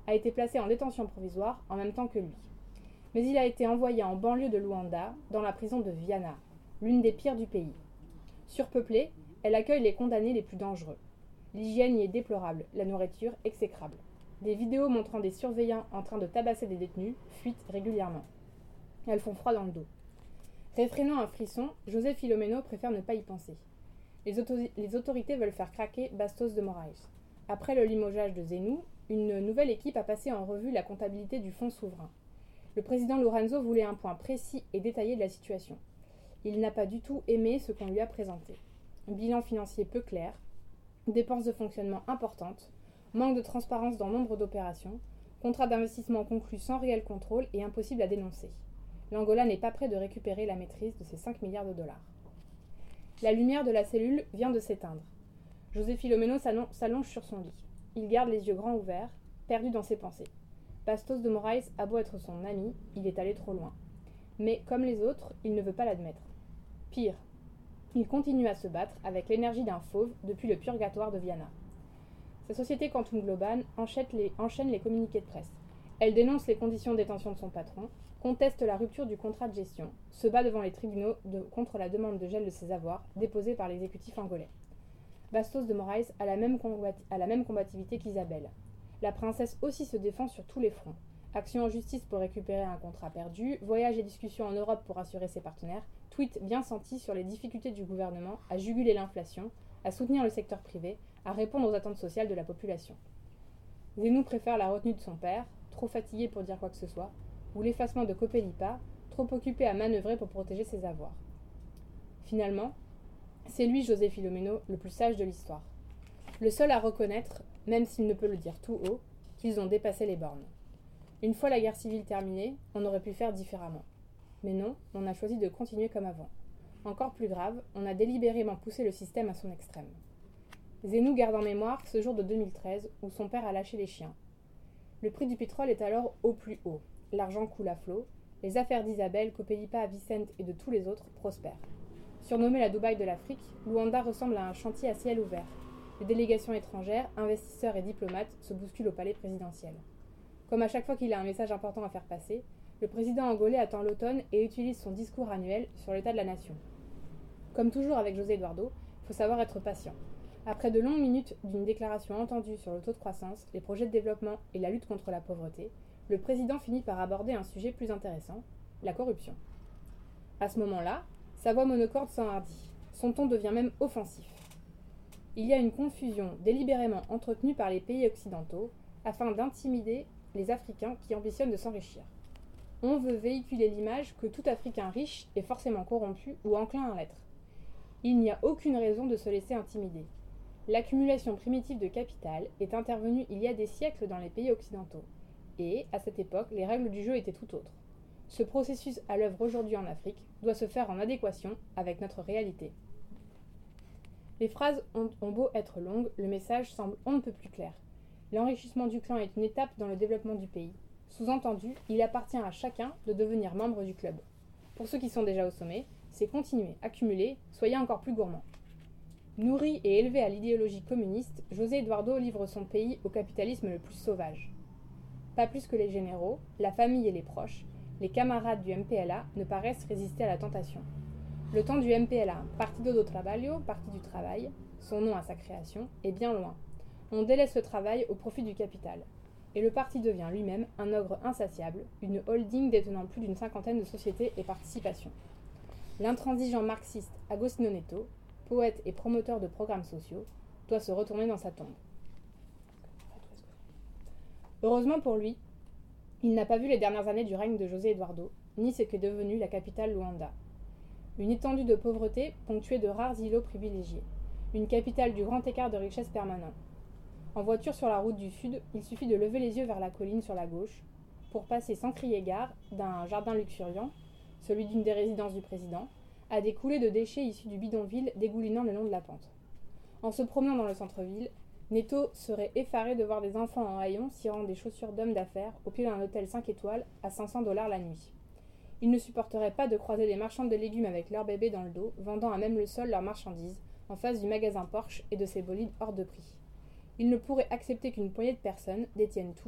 S2: a été placé en détention provisoire en même temps que lui. Mais il a été envoyé en banlieue de Luanda, dans la prison de Viana, l'une des pires du pays. Surpeuplée, elle accueille les condamnés les plus dangereux. L'hygiène y est déplorable, la nourriture exécrable. Des vidéos montrant des surveillants en train de tabasser des détenus fuitent régulièrement. Elles font froid dans le dos. Réfrénant un frisson, José Filomeno préfère ne pas y penser. Les, auto- les autorités veulent faire craquer Bastos de Moraes. Après le limogeage de Zenou, une nouvelle équipe a passé en revue la comptabilité du fonds souverain. Le président Lourenço voulait un point précis et détaillé de la situation. Il n'a pas du tout aimé ce qu'on lui a présenté. Bilan financier peu clair, dépenses de fonctionnement importantes, manque de transparence dans nombre d'opérations, contrat d'investissement conclu sans réel contrôle et impossible à dénoncer. L'Angola n'est pas prêt de récupérer la maîtrise de ses cinq milliards de dollars. La lumière de la cellule vient de s'éteindre. José Filomeno s'allonge sur son lit. Il garde les yeux grands ouverts, perdu dans ses pensées. Bastos de Moraes a beau être son ami, il est allé trop loin. Mais, comme les autres, il ne veut pas l'admettre. Pire, il continue à se battre avec l'énergie d'un fauve depuis le purgatoire de Viana. Sa société Quantum Global enchaîne les, enchaîne les communiqués de presse. Elle dénonce les conditions de détention de son patron, conteste la rupture du contrat de gestion, se bat devant les tribunaux de, contre la demande de gel de ses avoirs déposée par l'exécutif angolais. Bastos de Moraes a la même, combati- a la même combativité qu'Isabelle. La princesse aussi se défend sur tous les fronts. Action en justice pour récupérer un contrat perdu, voyage et discussions en Europe pour rassurer ses partenaires, tweets bien sentis sur les difficultés du gouvernement à juguler l'inflation, à soutenir le secteur privé, à répondre aux attentes sociales de la population. Zenou préfère la retenue de son père, trop fatigué pour dire quoi que ce soit, ou l'effacement de Copelipa, trop occupé à manœuvrer pour protéger ses avoirs. Finalement, c'est lui, José Filomeno, le plus sage de l'histoire. Le seul à reconnaître, même s'il ne peut le dire tout haut, qu'ils ont dépassé les bornes. Une fois la guerre civile terminée, on aurait pu faire différemment. Mais non, on a choisi de continuer comme avant. Encore plus grave, on a délibérément poussé le système à son extrême. Zenou garde en mémoire ce jour de deux mille treize où son père a lâché les chiens. Le prix du pétrole est alors au plus haut. L'argent coule à flot. Les affaires d'Isabelle, Copelipa, Vicente et de tous les autres prospèrent. Surnommée la Dubaï de l'Afrique, Luanda ressemble à un chantier à ciel ouvert. Les délégations étrangères, investisseurs et diplomates se bousculent au palais présidentiel. Comme à chaque fois qu'il a un message important à faire passer, le président angolais attend l'automne et utilise son discours annuel sur l'état de la nation. Comme toujours avec José Eduardo, il faut savoir être patient. Après de longues minutes d'une déclaration entendue sur le taux de croissance, les projets de développement et la lutte contre la pauvreté, le président finit par aborder un sujet plus intéressant, la corruption. À ce moment-là, sa voix monocorde s'enhardit. Son ton devient même offensif. Il y a une confusion délibérément entretenue par les pays occidentaux afin d'intimider les Africains qui ambitionnent de s'enrichir. On veut véhiculer l'image que tout Africain riche est forcément corrompu ou enclin à l'être. Il n'y a aucune raison de se laisser intimider. L'accumulation primitive de capital est intervenue il y a des siècles dans les pays occidentaux. Et, à cette époque, les règles du jeu étaient tout autres. Ce processus à l'œuvre aujourd'hui en Afrique doit se faire en adéquation avec notre réalité. Les phrases ont, ont beau être longues, le message semble on ne peut plus clair. L'enrichissement du clan est une étape dans le développement du pays. Sous-entendu, il appartient à chacun de devenir membre du club. Pour ceux qui sont déjà au sommet, c'est continuer, accumuler, soyez encore plus gourmands. Nourri et élevé à l'idéologie communiste, José Eduardo livre son pays au capitalisme le plus sauvage. Pas plus que les généraux, la famille et les proches, les camarades du M P L A ne paraissent résister à la tentation. Le temps du M P L A, Partido do Trabalho, Parti du Travail, son nom à sa création, est bien loin. On délaisse le travail au profit du capital. Et le parti devient lui-même un ogre insatiable, une holding détenant plus d'une cinquantaine de sociétés et participations. L'intransigeant marxiste Agostinho Neto, poète et promoteur de programmes sociaux, doit se retourner dans sa tombe. Heureusement pour lui, il n'a pas vu les dernières années du règne de José Eduardo, ni ce qu'est devenu la capitale Luanda. Une étendue de pauvreté ponctuée de rares îlots privilégiés. Une capitale du grand écart de richesse permanent. En voiture sur la route du sud, il suffit de lever les yeux vers la colline sur la gauche pour passer sans crier gare d'un jardin luxuriant, celui d'une des résidences du président, à des coulées de déchets issus du bidonville dégoulinant le long de la pente. En se promenant dans le centre-ville, Neto serait effaré de voir des enfants en haillons cirant des chaussures d'hommes d'affaires au pied d'un hôtel cinq étoiles à cinq cents dollars la nuit. Il ne supporterait pas de croiser des marchands de légumes avec leurs bébés dans le dos, vendant à même le sol leurs marchandises, en face du magasin Porsche et de ses bolides hors de prix. Il ne pourrait accepter qu'une poignée de personnes détiennent tout,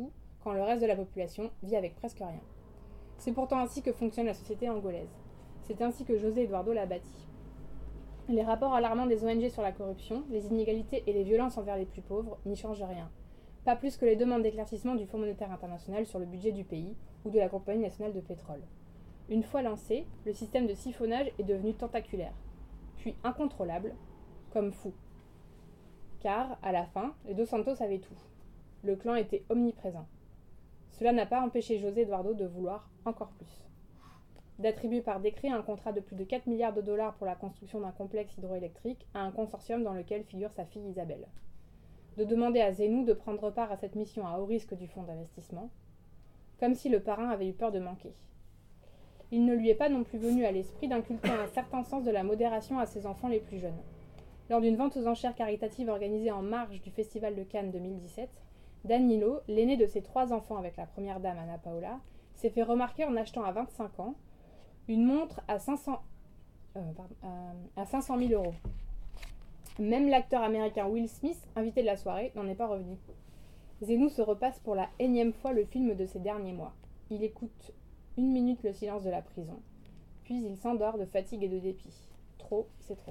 S2: quand le reste de la population vit avec presque rien. C'est pourtant ainsi que fonctionne la société angolaise. C'est ainsi que José Eduardo l'a bâtie. Les rapports alarmants des O N G sur la corruption, les inégalités et les violences envers les plus pauvres n'y changent rien. Pas plus que les demandes d'éclaircissement du Fonds monétaire international sur le budget du pays ou de la Compagnie nationale de pétrole. Une fois lancé, le système de siphonnage est devenu tentaculaire, puis incontrôlable, comme fou. Car, à la fin, les Dos Santos avaient tout. Le clan était omniprésent. Cela n'a pas empêché José Eduardo de vouloir encore plus. D'attribuer par décret un contrat de plus de quatre milliards de dollars pour la construction d'un complexe hydroélectrique à un consortium dans lequel figure sa fille Isabelle. De demander à Zenou de prendre part à cette mission à haut risque du fonds d'investissement, comme si le parrain avait eu peur de manquer. Il ne lui est pas non plus venu à l'esprit d'inculquer un certain sens de la modération à ses enfants les plus jeunes. Lors d'une vente aux enchères caritative organisée en marge du Festival de Cannes deux mille dix-sept, Danilo, l'aîné de ses trois enfants avec la première dame Ana Paola, s'est fait remarquer en achetant à vingt-cinq ans une montre à cinq cents, euh, pardon, euh, à cinq cent mille euros. Même l'acteur américain Will Smith, invité de la soirée, n'en est pas revenu. Zenou se repasse pour la énième fois le film de ces derniers mois. Il écoute une minute le silence de la prison, puis il s'endort de fatigue et de dépit. Trop, c'est trop.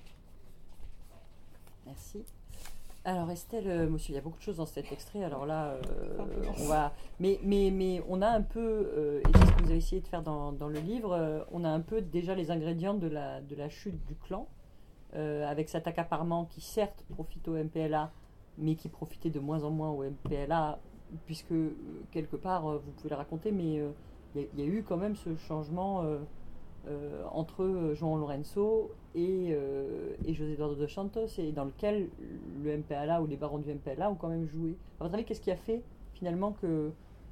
S1: Merci. Alors Estelle, euh, monsieur, il y a beaucoup de choses dans cet extrait. Alors là, euh, on va, mais mais mais on a un peu, euh, et c'est ce que vous avez essayé de faire dans, dans le livre, euh, on a un peu déjà les ingrédients de la de la chute du clan, euh, avec cet accaparement qui certes profite au M P L A, mais qui profitait de moins en moins au M P L A, puisque euh, quelque part, euh, vous pouvez le raconter, mais euh, il y, y a eu quand même ce changement. Euh, Euh, entre João Lourenço et, euh, et José Eduardo dos Santos, et dans lequel le M P L A ou les barons du M P L A ont quand même joué. À votre avis, qu'est-ce qui a fait finalement que,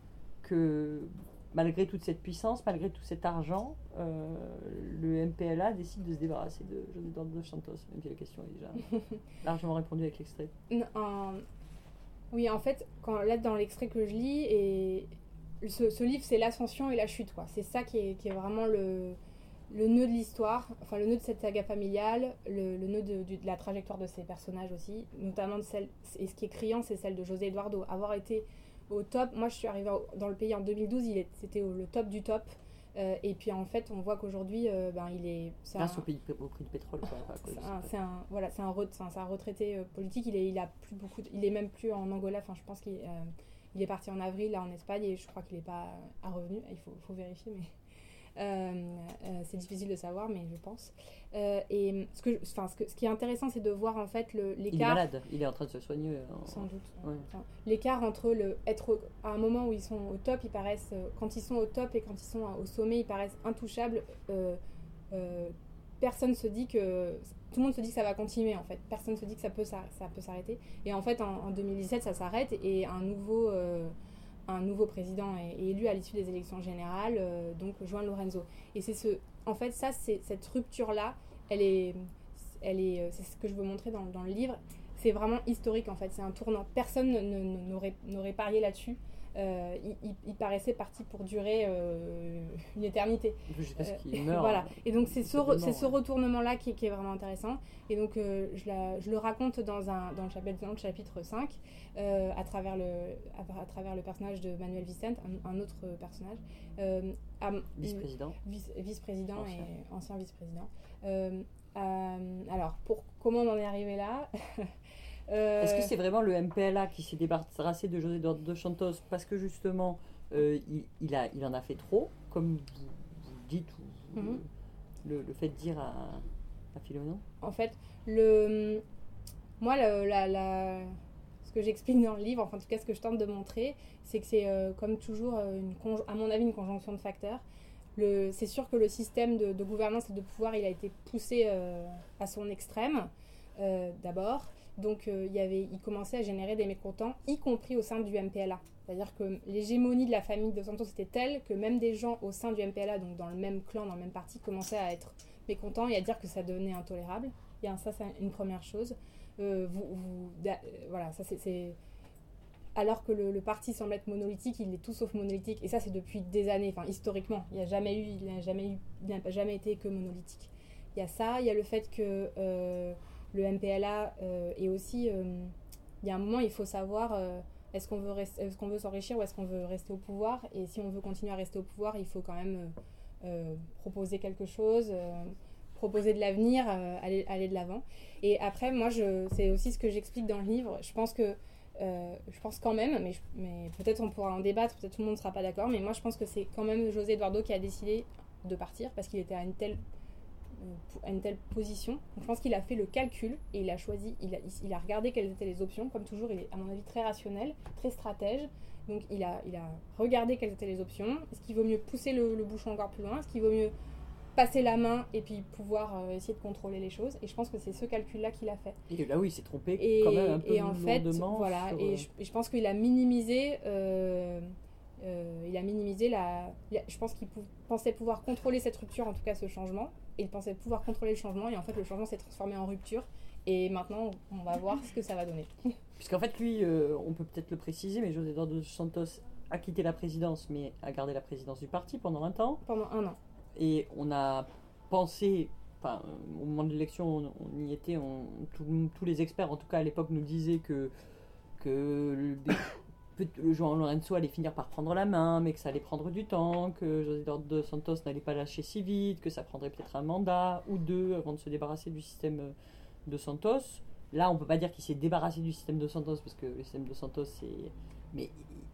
S1: que malgré toute cette puissance, malgré tout cet argent, euh, le M P L A décide de se débarrasser de José Eduardo dos Santos, même si la question est déjà largement répondue avec l'extrait.
S2: En... Oui, en fait, quand, là dans l'extrait que je lis, et ce, ce livre c'est l'ascension et la chute, quoi. C'est ça qui est, qui est vraiment le... le nœud de l'histoire, enfin le nœud de cette saga familiale, le, le nœud de, de, de la trajectoire de ces personnages aussi, notamment de celle, et ce qui est criant, c'est celle de José Eduardo. Avoir été au top, moi je suis arrivée au, dans le pays en deux mille douze, il est, c'était au, le top du top, euh, et puis en fait on voit qu'aujourd'hui, euh, ben, il est... C'est
S1: Grâce
S2: un,
S1: au, pays, au prix du pétrole. Quoi, pas,
S2: c'est, un, c'est, un, voilà, c'est, un, c'est, un, c'est un retraité euh, politique, il est, il, a plus beaucoup de, il est même plus en Angola, enfin je pense qu'il euh, il est parti en avril là en Espagne, et je crois qu'il n'est pas à revenu, il faut, faut vérifier, mais... Euh, euh, c'est difficile de savoir, mais je pense. Euh, et ce, que, enfin, ce, que, ce qui est intéressant, c'est de voir en fait le, l'écart.
S1: Il est malade, il est en train de se soigner. En...
S2: Sans doute.
S1: Ouais.
S2: Enfin, l'écart entre le, être à un moment où ils sont au top, ils paraissent, quand ils sont au top et quand ils sont au sommet, ils paraissent intouchables. Euh, euh, personne se dit que. Tout le monde se dit que ça va continuer en fait. Personne se dit que ça peut, ça, ça peut s'arrêter. Et en fait, en, en deux mille dix-sept, ça s'arrête et un nouveau. Euh, un nouveau président est, est élu à l'issue des élections générales, euh, donc João Lourenço. Et c'est ce, en fait, ça, c'est cette rupture-là, elle est, elle est, c'est ce que je veux montrer dans, dans le livre. C'est vraiment historique en fait. C'est un tournant. Personne ne, ne, n'aurait, n'aurait parié là-dessus. Euh, il, il, il paraissait parti pour durer euh, une éternité.
S1: Jusqu'à ce qu'il meure.
S2: Voilà. Et donc c'est ce, re, c'est ce retournement-là qui, qui est vraiment intéressant. Et donc euh, je, la, je le raconte dans, un, dans, le, chapitre, dans le chapitre cinq, euh, à, travers le, à, à travers le personnage de Manuel Vicente, un, un autre personnage. Euh, à,
S1: vice-président.
S2: Vice, vice-président ancien. et ancien vice-président. Euh, euh, alors, pour, comment on en est arrivé là?
S1: Euh... Est-ce que c'est vraiment le M P L A qui s'est débarrassé de José Eduardo dos Santos parce que justement euh, il, il, a, il en a fait trop, comme vous, vous dites, ou, mm-hmm. le, le fait de dire à, à Philomène?
S2: En fait, le, moi, le, la, la, ce que j'explique dans le livre, enfin en tout cas ce que je tente de montrer, c'est que c'est euh, comme toujours, une conj- à mon avis, une conjonction de facteurs. Le, c'est sûr que le système de, de gouvernance et de pouvoir, il a été poussé euh, à son extrême, euh, d'abord. Donc euh, y avait, il commençait à générer des mécontents, y compris au sein du M P L A. C'est-à-dire que l'hégémonie de la famille de Santos était telle que même des gens au sein du M P L A, donc dans le même clan, dans le même parti, commençaient à être mécontents et à dire que ça devenait intolérable. Et ça, c'est une première chose. Euh, vous, vous, da, euh, voilà, ça c'est, c'est... Alors que le, le parti semble être monolithique, il est tout sauf monolithique. Et ça, c'est depuis des années, enfin historiquement. Il n'a jamais eu, il n'a jamais eu, il n'a jamais été que monolithique. Il y a ça, il y a le fait que euh, le M P L A euh, est aussi... Euh, il y a un moment, il faut savoir... Euh, est-ce qu'on veut, rest- est-ce qu'on veut s'enrichir ou est-ce qu'on veut rester au pouvoir ? Et si on veut continuer à rester au pouvoir, il faut quand même euh, euh, proposer quelque chose, euh, proposer de l'avenir, euh, aller, aller de l'avant. Et après, moi, je, c'est aussi ce que j'explique dans le livre. Je pense que, euh, je pense quand même, mais, je, mais peut-être on pourra en débattre, peut-être tout le monde ne sera pas d'accord, mais moi, je pense que c'est quand même José Eduardo qui a décidé de partir parce qu'il était à une telle à une telle position. Donc, je pense qu'il a fait le calcul et il a choisi, il a, il a regardé quelles étaient les options. Comme toujours, il est à mon avis très rationnel, très stratège. Donc il a, il a regardé quelles étaient les options. Est-ce qu'il vaut mieux pousser le, le bouchon encore plus loin ? Est-ce qu'il vaut mieux passer la main et puis pouvoir euh, essayer de contrôler les choses ? Et je pense que c'est ce calcul-là qu'il a fait.
S1: Et là, oui, il s'est trompé
S2: et,
S1: quand même un peu
S2: et en fait, voilà,
S1: sur,
S2: et, je, et je pense qu'il a minimisé... Euh, Euh, il a minimisé la... Il a, je pense qu'il pou- pensait pouvoir contrôler cette rupture, en tout cas ce changement. Et il pensait pouvoir contrôler le changement. Et en fait, le changement s'est transformé en rupture. Et maintenant, on va voir ce que ça va donner.
S1: Puisqu'en fait, lui, euh, on peut peut-être le préciser, mais José Eduardo dos Santos a quitté la présidence, mais a gardé la présidence du parti pendant un temps.
S2: Pendant un an.
S1: Et on a pensé... Enfin, au moment de l'élection, on, on y était. On, tout, tous les experts, en tout cas à l'époque, nous disaient que... que le, le João Lourenço allait finir par prendre la main, mais que ça allait prendre du temps, que José Eduardo dos Santos n'allait pas lâcher si vite, que ça prendrait peut-être un mandat ou deux avant de se débarrasser du système de Santos. Là, on peut pas dire qu'il s'est débarrassé du système de Santos, parce que le système de Santos, c'est... Mais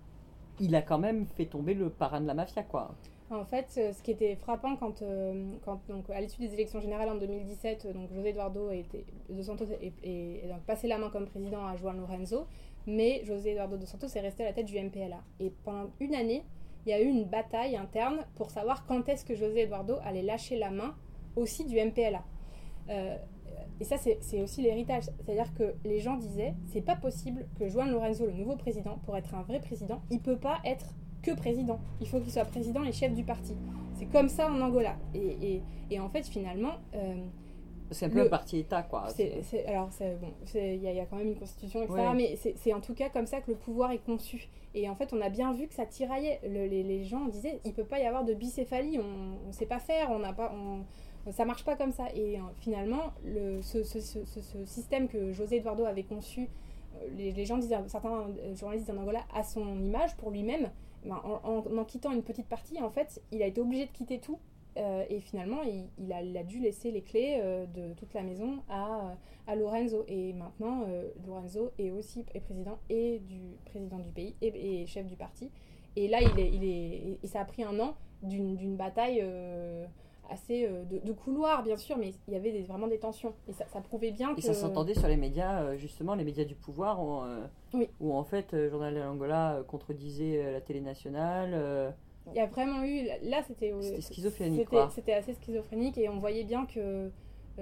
S1: il a quand même fait tomber le parrain de la mafia, quoi.
S2: En fait, ce qui était frappant quand, euh, quand donc, à l'issue des élections générales en deux mille dix-sept, donc José Eduardo été, dos Santos est, est, est donc passé la main comme président à João Lourenço, mais José Eduardo dos Santos est resté à la tête du M P L A. Et pendant une année, il y a eu une bataille interne pour savoir quand est-ce que José Eduardo allait lâcher la main aussi du M P L A. Euh, et ça, c'est, c'est aussi l'héritage. C'est-à-dire que les gens disaient, c'est pas possible que João Lourenço, le nouveau président, pour être un vrai président, il peut pas être que président. Il faut qu'il soit président et chef du parti. C'est comme ça en Angola. Et, et, et en fait, finalement... Euh,
S1: c'est un peu le, un parti-État, quoi.
S2: C'est, c'est, alors, c'est, bon, il y, y a quand même une constitution, et cetera. Ouais. Mais c'est, c'est en tout cas comme ça que le pouvoir est conçu. Et en fait, on a bien vu que ça tiraillait. Le, les, les gens disaient, il peut pas y avoir de bicéphalie. On ne sait pas faire. On n'a pas... On, ça marche pas comme ça. Et euh, finalement, le, ce, ce, ce, ce, ce système que José Eduardo avait conçu, euh, les, les gens disaient, certains journalistes en Angola, à son image, pour lui-même, ben, en, en, en quittant une petite partie, en fait, il a été obligé de quitter tout. Euh, et finalement, il, il, a, il a dû laisser les clés euh, de toute la maison à, à Lourenço. Et maintenant, euh, Lourenço est aussi est président et du président du pays et, et chef du parti. Et là, il est, il est, et ça a pris un an d'une, d'une bataille euh, assez euh, de, de couloir, bien sûr, mais il y avait des, vraiment des tensions. Et ça, ça prouvait bien que...
S1: Et ça s'entendait sur les médias, justement, les médias du pouvoir, où, euh,
S2: oui.
S1: où en fait, le journal de l'Angola contredisait la télé nationale... Euh...
S2: Il y a vraiment eu... Là, c'était...
S1: C'était schizophrénique,
S2: c'était,
S1: quoi.
S2: C'était assez schizophrénique et on voyait bien que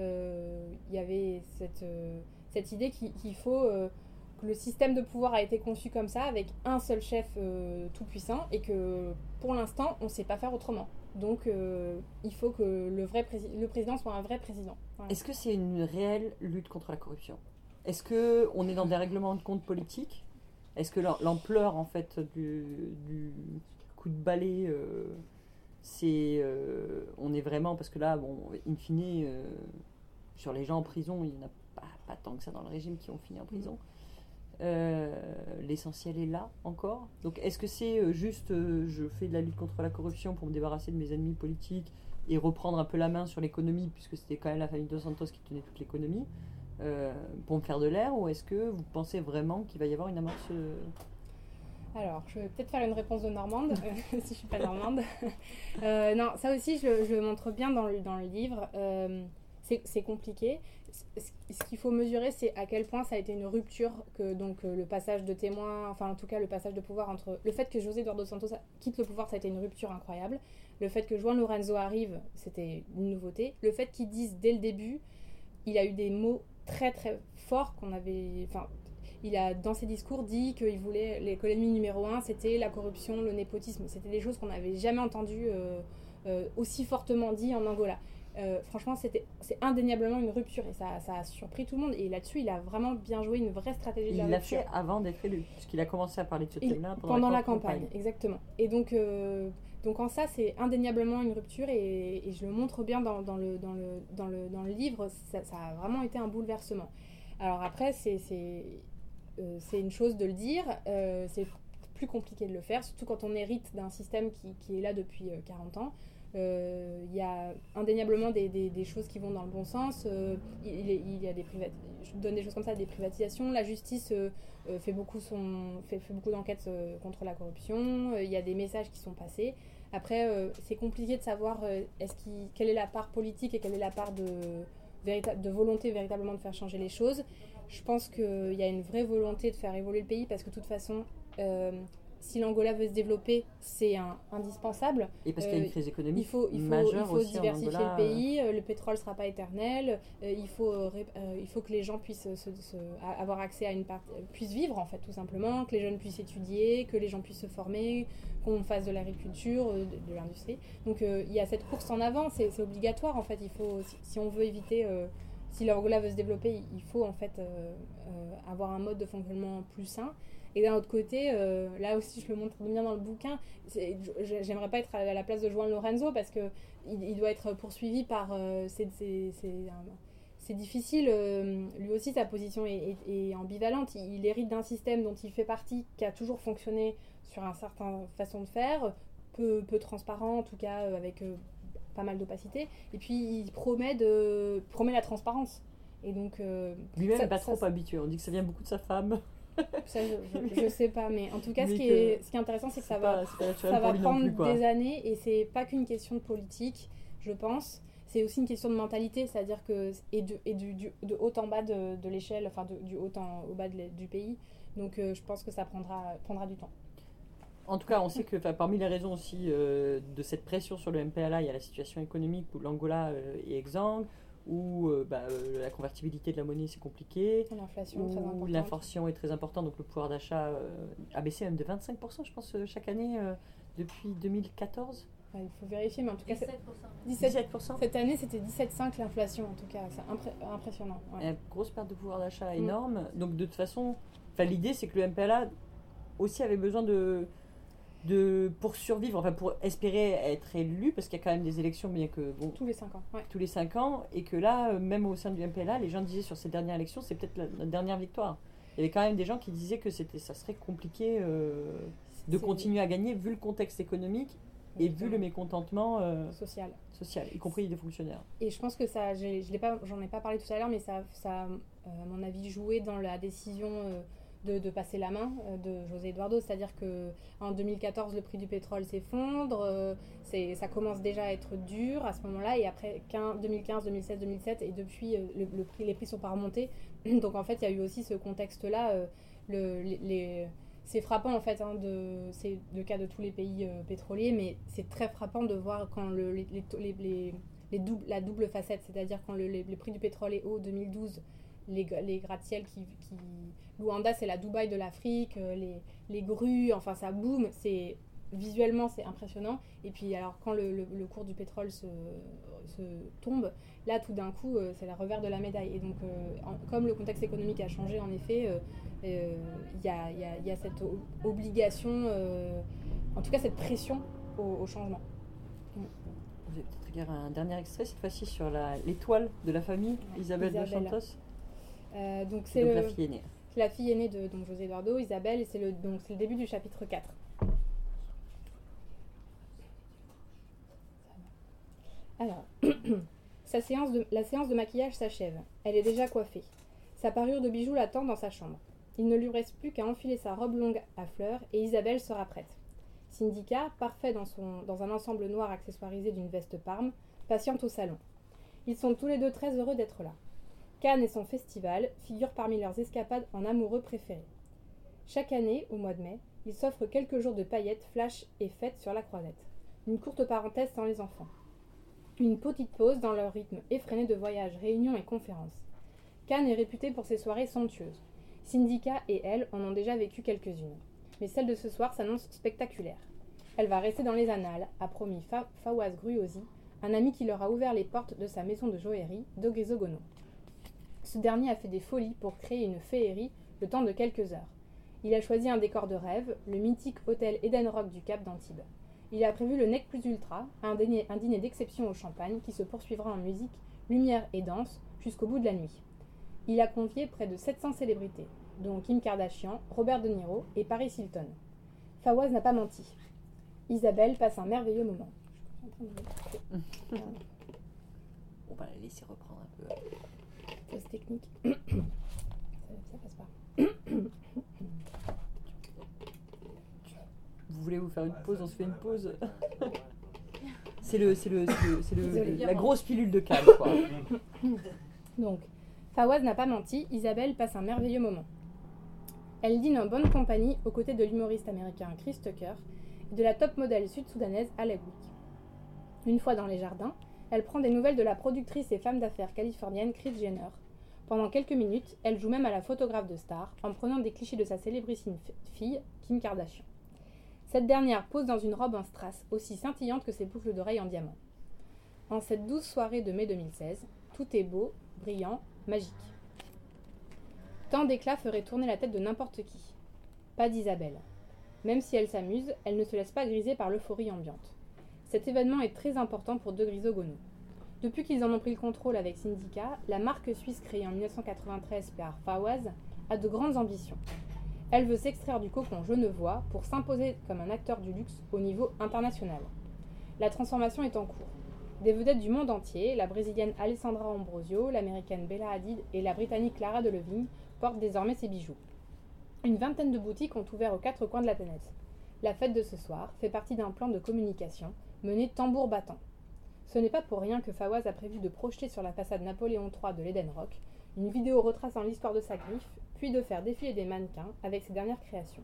S2: euh, il y avait cette, euh, cette idée qu'il, qu'il faut... Euh, que le système de pouvoir a été conçu comme ça, avec un seul chef euh, tout-puissant, et que, pour l'instant, on ne sait pas faire autrement. Donc, euh, il faut que le, vrai prési- le président soit un vrai président. Voilà.
S1: Est-ce que c'est une réelle lutte contre la corruption ? Est-ce qu'on est dans des règlements de compte politiques ? Est-ce que l'ampleur, en fait, du... du coup de balai, euh, c'est, euh, on est vraiment, parce que là, bon, in fine, euh, sur les gens en prison, il n'y en a pas, pas tant que ça dans le régime qui ont fini en prison. Euh, l'essentiel est là encore. Donc, est-ce que c'est juste, euh, je fais de la lutte contre la corruption pour me débarrasser de mes ennemis politiques et reprendre un peu la main sur l'économie, puisque c'était quand même la famille dos Santos qui tenait toute l'économie, euh, pour me faire de l'air, ou est-ce que vous pensez vraiment qu'il va y avoir une amorce euh,
S2: Alors, je vais peut-être faire une réponse de Normande, si je ne suis pas Normande. euh, non, ça aussi, je, je le montre bien dans le, dans le livre. Euh, c'est, c'est compliqué. Ce qu'il faut mesurer, c'est à quel point ça a été une rupture, que donc le passage de témoin, enfin en tout cas le passage de pouvoir entre... Le fait que José Eduardo dos Santos quitte le pouvoir, ça a été une rupture incroyable. Le fait que João Lourenço arrive, c'était une nouveauté. Le fait qu'il dise dès le début, il a eu des mots très très forts qu'on avait... Enfin, il a, dans ses discours, dit qu'il voulait, les, que l'ennemi numéro un, c'était la corruption, le népotisme. C'était des choses qu'on n'avait jamais entendues euh, euh, aussi fortement dit en Angola. Euh, franchement, c'était, c'est indéniablement une rupture et ça, ça a surpris tout le monde. Et là-dessus, il a vraiment bien joué une vraie stratégie de la rupture.
S1: Il l'a fait avant d'être élu, puisqu'il a commencé à parler de ce thème-là
S2: pendant, pendant la campagne. campagne. Exactement. Et donc, euh, donc en ça, c'est indéniablement une rupture et, et je le montre bien dans, dans, le, dans, le, dans, le, dans le livre. Ça, ça a vraiment été un bouleversement. Alors après, c'est... c'est euh, c'est une chose de le dire, euh, c'est plus compliqué de le faire, surtout quand on hérite d'un système qui, qui est là depuis euh, quarante ans. Il euh, y a indéniablement des, des, des choses qui vont dans le bon sens. Euh, il, il y a des privat... Je donne des choses comme ça, des privatisations. La justice euh, euh, fait beaucoup, son... fait, fait beaucoup d'enquêtes euh, contre la corruption. Il euh, y a des messages qui sont passés. Après, euh, c'est compliqué de savoir euh, est-ce qu'il... quelle est la part politique et quelle est la part de, Vérita... de volonté véritablement de faire changer les choses. Je pense qu'il y a une vraie volonté de faire évoluer le pays parce que de toute façon... Euh, si l'Angola veut se développer, c'est un, indispensable.
S1: Et parce qu'il y a une crise économique
S2: il faut, il faut,
S1: majeure
S2: il faut
S1: aussi
S2: diversifier
S1: en Angola.
S2: le pays, euh, le pétrole ne sera pas éternel, euh, il, faut, euh, il faut que les gens puissent se, se, avoir accès à une part, puissent vivre en fait tout simplement, que les jeunes puissent étudier, que les gens puissent se former, qu'on fasse de l'agriculture, de, de l'industrie. Donc euh, il y a cette course en avant, c'est, c'est obligatoire en fait, il faut, si, si on veut éviter... Euh, si l'Angola veut se développer, il faut en fait euh, euh, avoir un mode de fonctionnement plus sain. Et d'un autre côté, euh, là aussi je le montre bien dans le bouquin, c'est, j'aimerais pas être à la place de Juan Lorenzo parce que il, il doit être poursuivi par... Euh, c'est, c'est, c'est, c'est difficile, euh, lui aussi sa position est, est, est ambivalente, il, il hérite d'un système dont il fait partie, qui a toujours fonctionné sur une certaine façon de faire, peu, peu transparent en tout cas, euh, avec euh, pas mal d'opacité, et puis il promet, de, promet la transparence. Et donc, euh,
S1: lui-même n'est pas ça, trop ça, habitué, on dit que ça vient beaucoup de sa femme.
S2: Ça, je, je, je sais pas, mais en tout cas, ce qui, est, ce qui est intéressant, c'est que ça va, ça va prendre plus, des années et c'est pas qu'une question de politique, je pense. C'est aussi une question de mentalité, c'est-à-dire que et de, et du, du, de haut en bas de, de l'échelle, enfin de, du haut en, au bas de, du pays. Donc, euh, je pense que ça prendra, prendra du temps.
S1: En tout cas, on sait que parmi les raisons aussi euh, de cette pression sur le M P L A, il y a la situation économique où l'Angola euh, est exsangue, où euh, bah, euh, la convertibilité de la monnaie c'est compliqué,
S2: l'inflation,
S1: où
S2: très importante.
S1: l'inflation est très importante, donc le pouvoir d'achat euh, a baissé même de vingt-cinq pour cent je pense chaque année euh, depuis deux mille quatorze.
S2: Ouais, il faut vérifier, mais en tout cas
S3: dix-sept pour cent.
S2: dix-sept pour cent. Cette année c'était dix-sept virgule cinq l'inflation en tout cas, c'est impré- impressionnant. Ouais.
S1: Une grosse perte de pouvoir d'achat énorme, mm. donc de toute façon, l'idée c'est que le M P L A aussi avait besoin de... De, pour survivre, enfin pour espérer être élu, parce qu'il y a quand même des élections, bien que bon,
S2: tous les cinq ans, ouais.
S1: tous les cinq ans, et que là, même au sein du M P L A, les gens disaient sur ces dernières élections, c'est peut-être la, la dernière victoire. Il y avait quand même des gens qui disaient que c'était, ça serait compliqué euh, de c'est continuer à gagner vu le contexte économique et vu le mécontentement euh,
S2: social,
S1: social, y compris des fonctionnaires.
S2: Et je pense que ça, j'ai, je l'ai pas, j'en ai pas parlé tout à l'heure, mais ça, ça, euh, à mon avis, joué dans la décision. Euh, De, de passer la main euh, de José Eduardo, c'est-à-dire qu'en deux mille quatorze le prix du pétrole s'effondre, euh, c'est, ça commence déjà à être dur à ce moment-là, et après deux mille quinze, deux mille seize, deux mille sept, et depuis euh, le, le prix, les prix sont pas remontés, donc en fait il y a eu aussi ce contexte-là, euh, le, les, les, c'est frappant en fait, hein, de, c'est le cas de tous les pays euh, pétroliers, mais c'est très frappant de voir quand le, les, les, les, les double, la double facette, c'est-à-dire quand le, les, le prix du pétrole est haut, deux mille douze, les, les gratte-ciel qui, qui... Luanda, c'est la Dubaï de l'Afrique, les, les grues, enfin ça boum, c'est, visuellement c'est impressionnant. Et puis alors quand le, le, le cours du pétrole se, se tombe, là tout d'un coup euh, c'est le revers de la médaille. Et donc euh, en, comme le contexte économique a changé, en effet, il euh, euh, y, a, y, a, y a cette obligation, euh, en tout cas cette pression au, au changement.
S1: Mm. Je vais peut-être regarder un dernier extrait, cette fois-ci sur la, l'étoile de la famille, ouais, Isabelle dos Santos.
S2: Euh, donc c'est,
S1: donc
S2: le,
S1: la fille aînée.
S2: C'est la fille aînée de donc, José Eduardo, Isabelle, et c'est le, donc, c'est le début du chapitre quatre. Alors, sa séance de, la séance de maquillage s'achève. Elle est déjà coiffée. Sa parure de bijoux l'attend dans sa chambre. Il ne lui reste plus qu'à enfiler sa robe longue à fleurs et Isabelle sera prête. Syndicat, parfait dans, son, dans un ensemble noir accessoirisé d'une veste parme, patiente au salon. Ils sont tous les deux très heureux d'être là. Cannes et son festival figurent parmi leurs escapades en amoureux préférés. Chaque année, au mois de mai, ils s'offrent quelques jours de paillettes, flash et fêtes sur la Croisette. Une courte parenthèse sans les enfants. Une petite pause dans leur rythme effréné de voyages, réunions et conférences. Cannes est réputée pour ses soirées somptueuses. Syndicat et elle en ont déjà vécu quelques-unes. Mais celle de ce soir s'annonce spectaculaire. Elle va rester dans les annales, a promis Fa- Fawaz Gruosi, un ami qui leur a ouvert les portes de sa maison de joaillerie, Dogezogono. Ce dernier a fait des folies pour créer une féerie le temps de quelques heures. Il a choisi un décor de rêve, le mythique hôtel Eden Rock du Cap d'Antibes. Il a prévu le Nec Plus Ultra, un dîner, un dîner d'exception au champagne qui se poursuivra en musique, lumière et danse jusqu'au bout de la nuit. Il a convié près de sept cents célébrités. dont Kim Kardashian, Robert De Niro et Paris Hilton. Fawaz n'a pas menti. Isabelle passe un merveilleux moment.
S1: On va la laisser reprendre un peu.
S2: Pause technique. ça, ça passe pas.
S1: Vous voulez vous faire une pause? On se fait une pause. C'est le, c'est le, c'est le, c'est le,
S2: Désolée.
S1: la grosse pilule de calme, quoi.
S2: Donc, Fawaz n'a pas menti, Isabelle passe un merveilleux moment. Elle dîne en bonne compagnie aux côtés de l'humoriste américain Chris Tucker et de la top modèle sud-soudanaise Alec Wick. Une fois dans les jardins, elle prend des nouvelles de la productrice et femme d'affaires californienne Kris Jenner. Pendant quelques minutes, elle joue même à la photographe de star en prenant des clichés de sa célébrissime fille, Kim Kardashian. Cette dernière pose dans une robe en strass aussi scintillante que ses boucles d'oreilles en diamant. En cette douce soirée de mai deux mille seize, tout est beau, brillant, magique. Tant d'éclat ferait tourner la tête de n'importe qui. Pas d'Isabelle. Même si elle s'amuse, elle ne se laisse pas griser par l'euphorie ambiante. Cet événement est très important pour De Grisogono. Depuis qu'ils en ont pris le contrôle avec Syndica, la marque suisse créée en dix-neuf cent quatre-vingt-treize par Fawaz a de grandes ambitions. Elle veut s'extraire du cocon genevois pour s'imposer comme un acteur du luxe au niveau international. La transformation est en cours. Des vedettes du monde entier, la brésilienne Alessandra Ambrosio, l'américaine Bella Hadid et la britannique Clara Delevingne portent désormais ses bijoux. Une vingtaine de boutiques ont ouvert aux quatre coins de la planète. La fête de ce soir fait partie d'un plan de communication mené tambour battant. Ce n'est pas pour rien que Fawaz a prévu de projeter sur la façade Napoléon trois de l'Eden Rock une vidéo retraçant l'histoire de sa griffe, puis de faire défiler des mannequins avec ses dernières créations.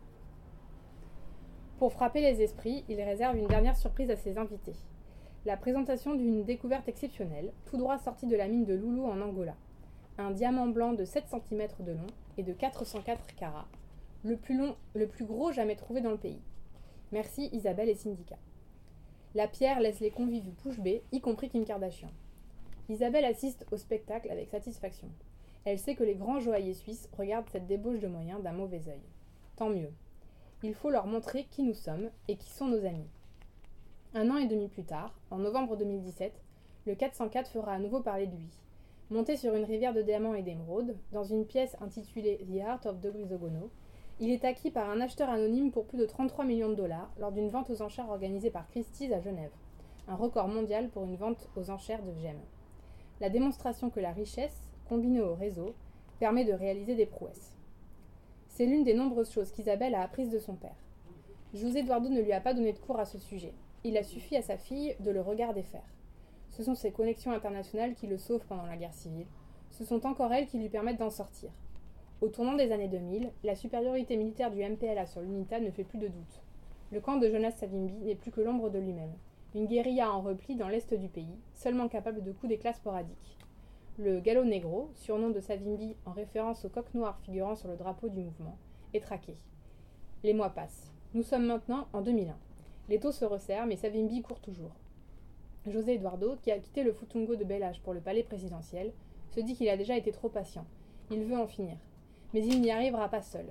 S2: Pour frapper les esprits, il réserve une dernière surprise à ses invités. La présentation d'une découverte exceptionnelle, tout droit sortie de la mine de Loulou en Angola. Un diamant blanc de sept centimètres de long et de quatre cent quatre carats, le plus long, le plus gros jamais trouvé dans le pays. Merci Isabelle et Syndica. La pierre laisse les convives bouche bée, y compris Kim Kardashian. Isabelle assiste au spectacle avec satisfaction. Elle sait que les grands joailliers suisses regardent cette débauche de moyens d'un mauvais œil. Tant mieux. Il faut leur montrer qui nous sommes et qui sont nos amis. Un an et demi plus tard, en novembre deux mille dix-sept, le quatre cent quatre fera à nouveau parler de lui. Monté sur une rivière de diamants et d'émeraudes, dans une pièce intitulée The Art of De Grisogono, il est acquis par un acheteur anonyme pour plus de trente-trois millions de dollars lors d'une vente aux enchères organisée par Christie's à Genève, un record mondial pour une vente aux enchères de gemmes. La démonstration que la richesse, combinée au réseau, permet de réaliser des prouesses. C'est l'une des nombreuses choses qu'Isabelle a apprises de son père. José Eduardo ne lui a pas donné de cours à ce sujet. Il a suffi à sa fille de le regarder faire. Ce sont ses connexions internationales qui le sauvent pendant la guerre civile. Ce sont encore elles qui lui permettent d'en sortir. Au tournant des années deux mille, la supériorité militaire du M P L A sur l'UNITA ne fait plus de doute. Le camp de Jonas Savimbi n'est plus que l'ombre de lui-même. Une guérilla en repli dans l'est du pays, seulement capable de coups d'éclat sporadiques. Le Gallo Negro, surnom de Savimbi en référence au coq noir figurant sur le drapeau du mouvement, est traqué. Les mois passent. Nous sommes maintenant en deux mille un. Les taux se resserrent, mais Savimbi court toujours. José Eduardo, qui a quitté le Futungo de bel âge pour le palais présidentiel, se dit qu'il a déjà été trop patient. Il veut en finir. Mais il n'y arrivera pas seul.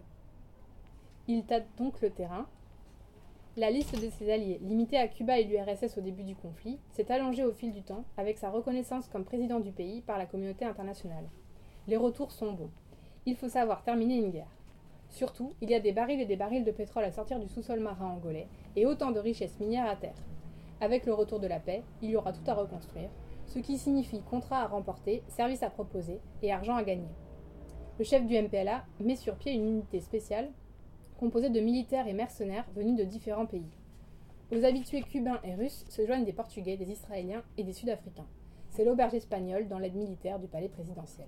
S2: Il tâte donc le terrain. La liste de ses alliés, limitée à Cuba et l'U R S S au début du conflit, s'est allongée au fil du temps avec sa reconnaissance comme président du pays par la communauté internationale. Les retours sont bons. Il faut savoir terminer une guerre. Surtout, il y a des barils et des barils de pétrole à sortir du sous-sol marin angolais et autant de richesses minières à terre. Avec le retour de la paix, il y aura tout à reconstruire, ce qui signifie contrat à remporter, service à proposer et argent à gagner. Le chef du M P L A met sur pied une unité spéciale composée de militaires et mercenaires venus de différents pays. Aux habitués cubains et russes se joignent des Portugais, des Israéliens et des Sud-Africains. C'est l'auberge espagnole dans l'aide militaire du palais présidentiel.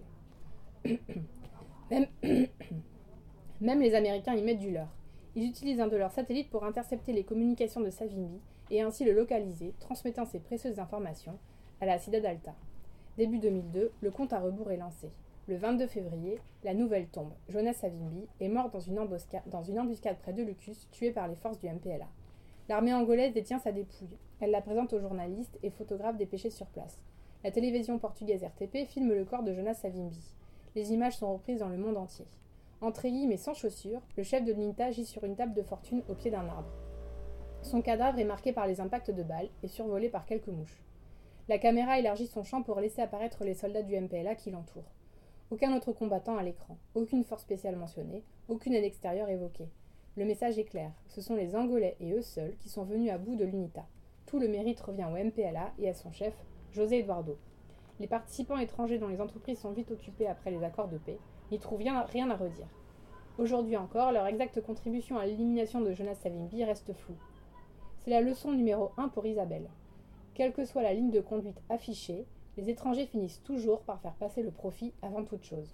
S2: Même... Même les Américains y mettent du leur. Ils utilisent un de leurs satellites pour intercepter les communications de Savimbi et ainsi le localiser, transmettant ses précieuses informations à la Ciudad Alta. Début deux mille deux, le compte à rebours est lancé. Le vingt-deux février, la nouvelle tombe. Jonas Savimbi est mort dans une, embosca- dans une embuscade près de Lucus, tué par les forces du M P L A. L'armée angolaise détient sa dépouille. Elle la présente aux journalistes et photographes dépêchés sur place. La télévision portugaise R T P filme le corps de Jonas Savimbi. Les images sont reprises dans le monde entier. En treillis mais sans chaussures, le chef de l'UNITA gît sur une table de fortune au pied d'un arbre. Son cadavre est marqué par les impacts de balles et survolé par quelques mouches. La caméra élargit son champ pour laisser apparaître les soldats du M P L A qui l'entourent. Aucun autre combattant à l'écran, aucune force spéciale mentionnée, aucune aide extérieure évoquée. Le message est clair, ce sont les Angolais et eux seuls qui sont venus à bout de l'UNITA. Tout le mérite revient au M P L A et à son chef, José Eduardo. Les participants étrangers dont les entreprises sont vite occupées après les accords de paix n'y trouvent rien, rien à redire. Aujourd'hui encore, leur exacte contribution à l'élimination de Jonas Savimbi reste floue. C'est la leçon numéro un pour Isabelle. Quelle que soit la ligne de conduite affichée, les étrangers finissent toujours par faire passer le profit avant toute chose.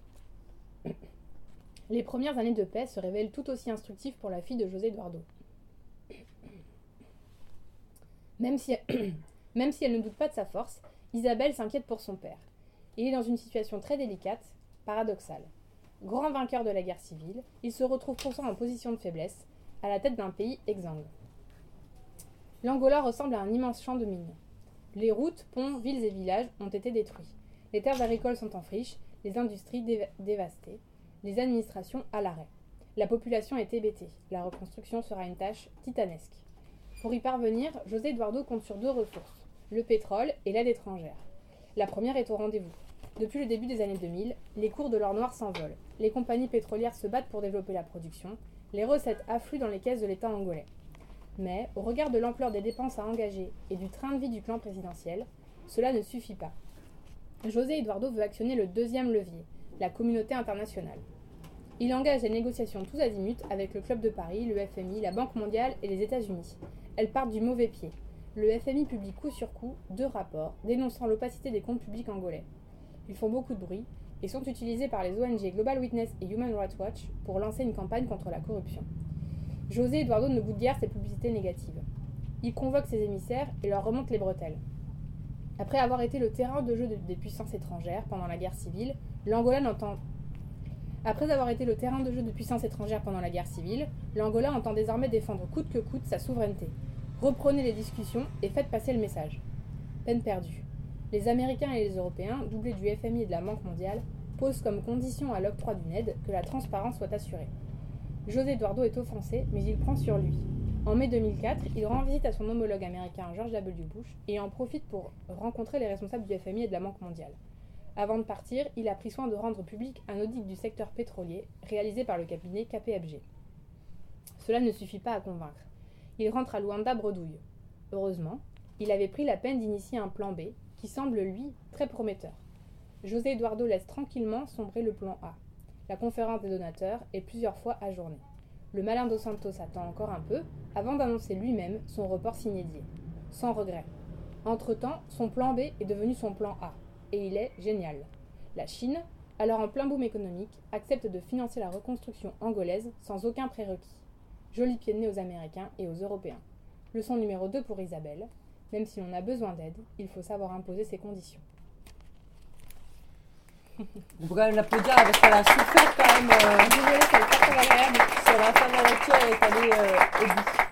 S2: Les premières années de paix se révèlent tout aussi instructives pour la fille de José Eduardo. Même si, elle, même si elle ne doute pas de sa force, Isabelle s'inquiète pour son père. Il est dans une situation très délicate, paradoxale. Grand vainqueur de la guerre civile, il se retrouve pourtant en position de faiblesse, à la tête d'un pays exsangue. L'Angola ressemble à un immense champ de mines. Les routes, ponts, villes et villages ont été détruits. Les terres agricoles sont en friche, les industries dév- dévastées, les administrations à l'arrêt. La population est hébétée. La reconstruction sera une tâche titanesque. Pour y parvenir, José Eduardo compte sur deux ressources, le pétrole et l'aide étrangère. La première est au rendez-vous. Depuis le début des années deux mille, les cours de l'or noir s'envolent. Les compagnies pétrolières se battent pour développer la production. Les recettes affluent dans les caisses de l'État angolais. Mais, au regard de l'ampleur des dépenses à engager et du train de vie du clan présidentiel, cela ne suffit pas. José Eduardo veut actionner le deuxième levier, la communauté internationale. Il engage des négociations tous azimuts avec le Club de Paris, le F M I, la Banque mondiale et les États-Unis. Elles partent du mauvais pied. Le F M I publie coup sur coup deux rapports dénonçant l'opacité des comptes publics angolais. Ils font beaucoup de bruit et sont utilisés par les O N G Global Witness et Human Rights Watch pour lancer une campagne contre la corruption. José Eduardo ne boude guère ces publicités négatives. Il convoque ses émissaires et leur remonte les bretelles. Après avoir été le terrain de jeu des puissances étrangères pendant la guerre civile, l'Angola n'entend... Après avoir été le terrain de jeu de puissances étrangères pendant la guerre civile, l'Angola entend désormais défendre coûte que coûte sa souveraineté. Reprenez les discussions et faites passer le message. Peine perdue. Les Américains et les Européens, doublés du F M I et de la Banque mondiale, posent comme condition à l'octroi d'une aide que la transparence soit assurée. José Eduardo est offensé, mais il prend sur lui. En mai deux mille quatre, il rend visite à son homologue américain George W. Bush et en profite pour rencontrer les responsables du F M I et de la Banque mondiale. Avant de partir, il a pris soin de rendre public un audit du secteur pétrolier réalisé par le cabinet K P M G. Cela ne suffit pas à convaincre. Il rentre à Luanda bredouille. Heureusement, il avait pris la peine d'initier un plan B qui semble, lui, très prometteur. José Eduardo laisse tranquillement sombrer le plan A. La conférence des donateurs est plusieurs fois ajournée. Le malin dos Santos attend encore un peu avant d'annoncer lui-même son report sine-die, sans regret. Entre-temps, son plan B est devenu son plan A, et il est génial. La Chine, alors en plein boom économique, accepte de financer la reconstruction angolaise sans aucun prérequis. Joli pied de nez aux Américains et aux Européens. Leçon numéro deux pour Isabelle. Même si l'on a besoin d'aide, il faut savoir imposer ses conditions.
S1: On peut quand même l'applaudir parce qu'elle a souffert quand même. Euh...
S2: Désolée, ça n'est pas très agréable.
S1: Sur la fin de la lecture, elle est allée euh,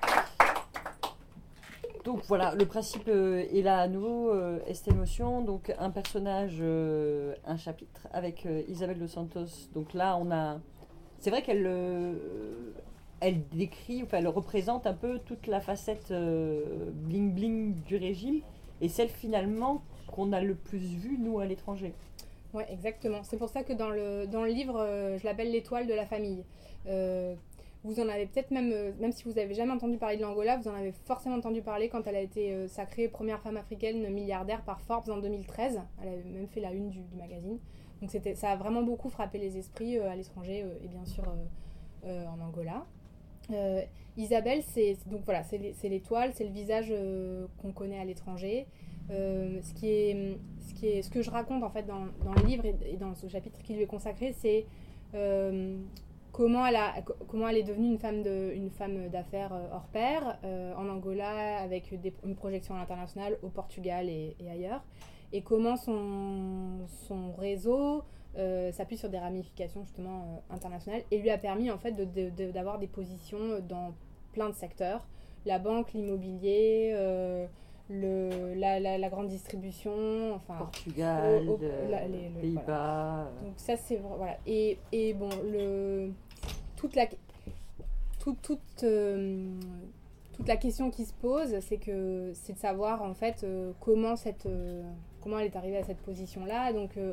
S1: au bout. Donc voilà, le principe euh, est là à nouveau, euh, Estelle Motion, donc un personnage, euh, un chapitre avec euh, Isabelle dos Santos. Donc là, on a. C'est vrai qu'elle euh, elle décrit, enfin, elle représente un peu toute la facette euh, bling bling du régime et celle finalement qu'on a le plus vue, nous, à l'étranger.
S2: Oui, exactement. C'est pour ça que dans le, dans le livre, euh, je l'appelle l'étoile de la famille. Euh, vous en avez peut-être même, euh, même si vous n'avez jamais entendu parler de l'Angola, vous en avez forcément entendu parler quand elle a été euh, sacrée première femme africaine milliardaire par Forbes en deux mille treize. Elle a même fait la une du, du magazine. Donc c'était, ça a vraiment beaucoup frappé les esprits euh, à l'étranger euh, et bien sûr euh, euh, en Angola. Euh, Isabelle, c'est, donc voilà, c'est, c'est l'étoile, c'est le visage euh, qu'on connaît à l'étranger. Euh, ce, qui est, ce, qui est, ce que je raconte en fait dans, dans le livre et, et dans ce chapitre qui lui est consacré, c'est euh, comment, elle a, comment elle est devenue une femme, de, une femme d'affaires hors pair euh, en Angola avec des, une projection à l'international au Portugal et, et ailleurs, et comment son, son réseau euh, s'appuie sur des ramifications justement euh, internationales et lui a permis en fait de, de, de, d'avoir des positions dans plein de secteurs, la banque, l'immobilier, euh, Le, la, la, la grande distribution, enfin
S1: Portugal,
S2: au, au, la, les, le,
S1: Pays-Bas.
S2: Voilà. Donc ça c'est voilà et et bon le toute la toute toute euh, toute la question qui se pose, c'est que c'est de savoir en fait euh, comment cette euh, comment elle est arrivée à cette position là. Donc euh,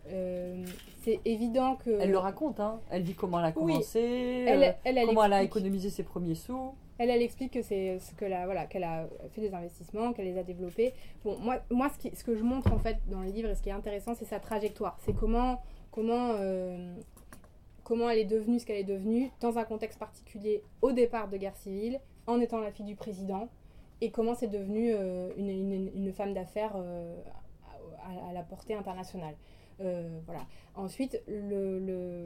S2: euh, c'est évident que...
S1: Elle le raconte, hein. Elle dit comment elle a commencé,
S2: oui. elle,
S1: euh,
S2: elle, elle
S1: comment elle a
S2: explique.
S1: économisé ses premiers sous.
S2: Elle, elle explique que c'est ce que la, voilà, qu'elle a fait des investissements, qu'elle les a développés. Bon, moi, moi ce, qui, ce que je montre en fait dans le livre et ce qui est intéressant, c'est sa trajectoire. C'est comment, comment, euh, comment elle est devenue ce qu'elle est devenue dans un contexte particulier au départ de guerre civile, en étant la fille du président, et comment c'est devenu euh, une, une, une femme d'affaires euh, à, à la portée internationale. Euh, voilà. Ensuite, le, le,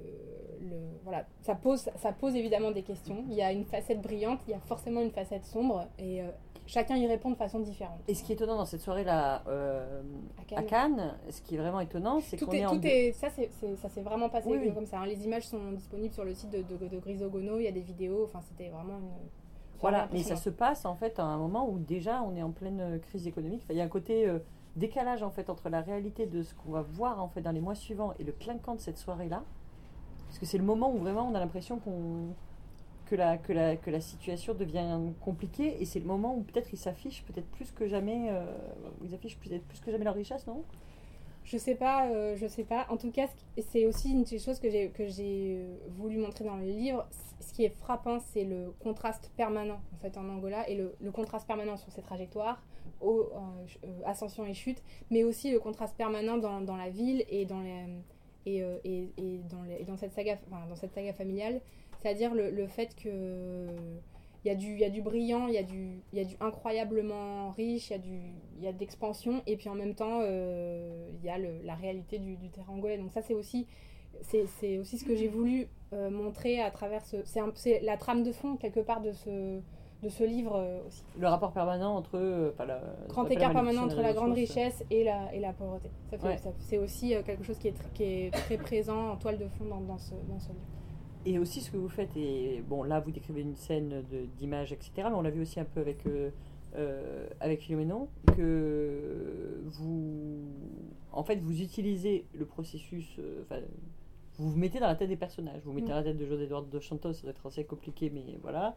S2: le, voilà, ça, pose, ça pose évidemment des questions. Il y a une facette brillante, il y a forcément une facette sombre, et euh, chacun y répond de façon différente.
S1: Et ce qui est étonnant dans cette soirée-là euh, à, Cannes. à Cannes, ce qui est vraiment étonnant, c'est
S2: tout
S1: qu'on
S2: est,
S1: est
S2: tout
S1: en...
S2: est, ça, c'est, c'est, ça s'est vraiment passé
S1: oui, oui.
S2: comme ça. Hein. Les images sont disponibles sur le site de, de, de Griso Gono, il y a des vidéos, enfin, c'était vraiment une...
S1: Voilà, mais ça se passe en fait à un moment où déjà on est en pleine crise économique. Enfin, il y a un côté... Euh, décalage en fait entre la réalité de ce qu'on va voir en fait dans les mois suivants et le clinquant de cette soirée là, parce que c'est le moment où vraiment on a l'impression qu'on que la que la que la situation devient compliquée, et c'est le moment où peut-être ils s'affichent peut-être plus que jamais euh, ils affichent peut-être plus que jamais leur richesse, non?
S2: Je sais pas, euh, je sais pas. En tout cas, c'est aussi une des choses que j'ai que j'ai voulu montrer dans le livre. Ce qui est frappant, c'est le contraste permanent en fait en Angola, et le, le contraste permanent sur ces trajectoires, au, euh, ascension et chute, mais aussi le contraste permanent dans, dans la ville et dans les et, euh, et, et dans les, et dans cette saga, enfin, dans cette saga familiale. C'est-à-dire le, le fait que il y a du il y a du brillant, il y a du il y a du incroyablement riche, il y a du il y a de l'expansion, et puis en même temps euh, il y a le, la réalité du, du terrain angolais. Donc ça c'est aussi c'est, c'est aussi ce que j'ai voulu euh, montrer à travers ce c'est, un, c'est la trame de fond quelque part de ce de ce livre euh, aussi.
S1: Le rapport permanent entre euh, pas la,
S2: grand écart permanent entre la grande richesse et la et la pauvreté. Ça fait,
S1: ouais.
S2: ça, c'est aussi euh, quelque chose qui est tr- qui est très présent en toile de fond dans, dans ce dans ce livre.
S1: Et aussi ce que vous faites, et bon là vous décrivez une scène de, d'image, et cetera, mais on l'a vu aussi un peu avec, euh, euh, avec Philomène, que vous, en fait, vous utilisez le processus, euh, vous vous mettez dans la tête des personnages, vous, vous mettez mmh. dans la tête de José Eduardo dos Santos, ça doit être assez compliqué, mais voilà.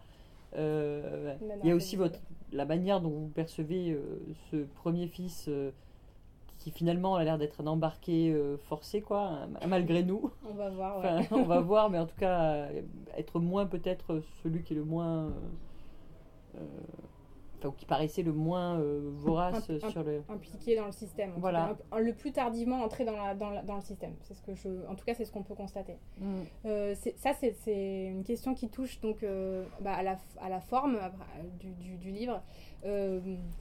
S1: Euh, il y a aussi votre, la manière dont vous percevez euh, ce premier fils euh, qui finalement a l'air d'être un embarqué euh, forcé, quoi, un, malgré nous.
S2: On va voir,
S1: ouais. Enfin, on va voir, mais en tout cas, être moins peut-être celui qui est le moins... Euh, enfin, ou qui paraissait le moins euh, vorace
S2: un,
S1: sur
S2: un,
S1: le...
S2: Impliqué dans le système.
S1: Voilà.
S2: Cas, le plus tardivement entré dans, la, dans, la, dans le système. C'est ce que je, en tout cas, c'est ce qu'on peut constater. Mm. Euh, c'est, ça, c'est, c'est une question qui touche donc, euh, bah, à, la, à la forme du, du, du livre. Euh,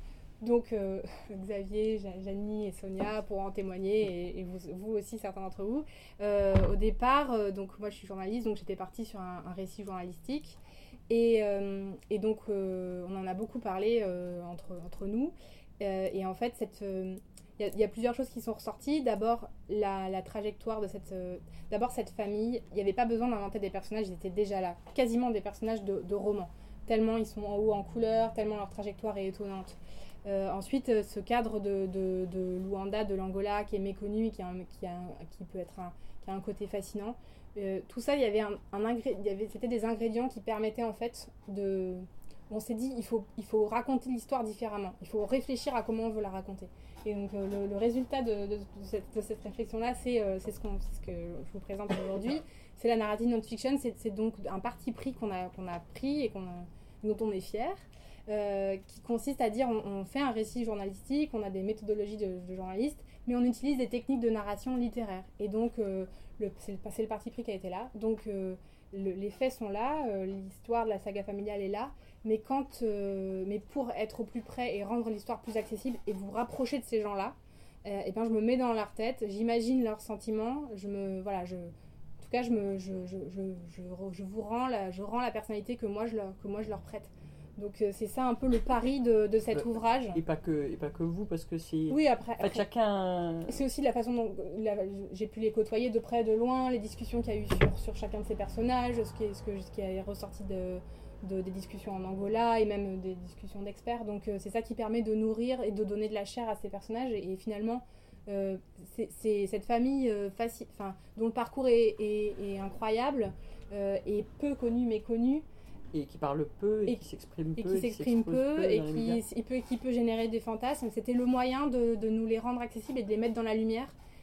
S2: Donc euh, Xavier, Janie et Sonia pourront en témoigner, et, et vous, vous aussi, certains d'entre vous. Euh, au départ, euh, donc moi je suis journaliste, donc j'étais partie sur un, un récit journalistique, et, euh, et donc euh, on en a beaucoup parlé euh, entre, entre nous, euh, et en fait il euh, y, y a plusieurs choses qui sont ressorties. D'abord la, la trajectoire de cette, euh, d'abord cette famille, il n'y avait pas besoin d'inventer des personnages, ils étaient déjà là, quasiment des personnages de, de romans, tellement ils sont en haut en couleur, tellement leur trajectoire est étonnante. Euh, ensuite, ce cadre de, de, de Luanda, de l'Angola, qui est méconnu, qui, a un, qui, a un, qui peut être un, qui a un côté fascinant. Euh, tout ça, il y avait un, un ingré- il y avait, c'était des ingrédients qui permettaient en fait de... On s'est dit, il faut, il faut raconter l'histoire différemment. Il faut réfléchir à comment on veut la raconter. Et donc, euh, le, le résultat de, de, de, cette, de cette réflexion-là, c'est, euh, c'est, ce qu'on, c'est ce que je vous présente aujourd'hui. C'est la narrative non-fiction. C'est, c'est donc un parti pris qu'on a, qu'on a pris et qu'on a, dont on est fier. Euh, qui consiste à dire on, on fait un récit journalistique, on a des méthodologies de, de journalistes, mais on utilise des techniques de narration littéraire. Et donc, euh, le, c'est, le, c'est le parti pris qui a été là. Donc, euh, le, les faits sont là, euh, l'histoire de la saga familiale est là, mais, quand, euh, mais pour être au plus près et rendre l'histoire plus accessible et vous rapprocher de ces gens-là, euh, et ben, je me mets dans leur tête, j'imagine leurs sentiments, je me, voilà, je, en tout cas, je, me, je, je, je, je, je vous rends la, je rends la personnalité que moi je leur, que moi, je leur prête. Donc euh, c'est ça un peu le pari de, de cet
S1: bah,
S2: ouvrage.
S1: Et pas que et pas que vous, parce que c'est.
S2: Oui, après.
S1: En fait,
S2: après
S1: chacun.
S2: C'est aussi la façon dont la, j'ai pu les côtoyer de près, de loin, les discussions qu'il y a eu sur, sur chacun de ces personnages, ce qui est, ce que, ce qui est ressorti de, de des discussions en Angola et même des discussions d'experts. Donc euh, c'est ça qui permet de nourrir et de donner de la chair à ces personnages. Et, et finalement, euh, c'est, c'est cette famille euh, faci- dont le parcours est, est, est incroyable euh, et peu connu mais connu.
S1: Et qui parle peu, et, et qui s'exprime
S2: et
S1: peu,
S2: qui s'exprime peu, peu et qui, qui, peut, qui peut générer des fantasmes. C'était le moyen de, de nous les rendre accessibles et de les mettre dans la lumière.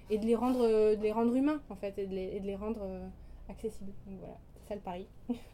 S2: et de les rendre, euh, de les rendre humains, en fait, et de les, et de les rendre euh, accessibles. Donc voilà, c'est ça le pari.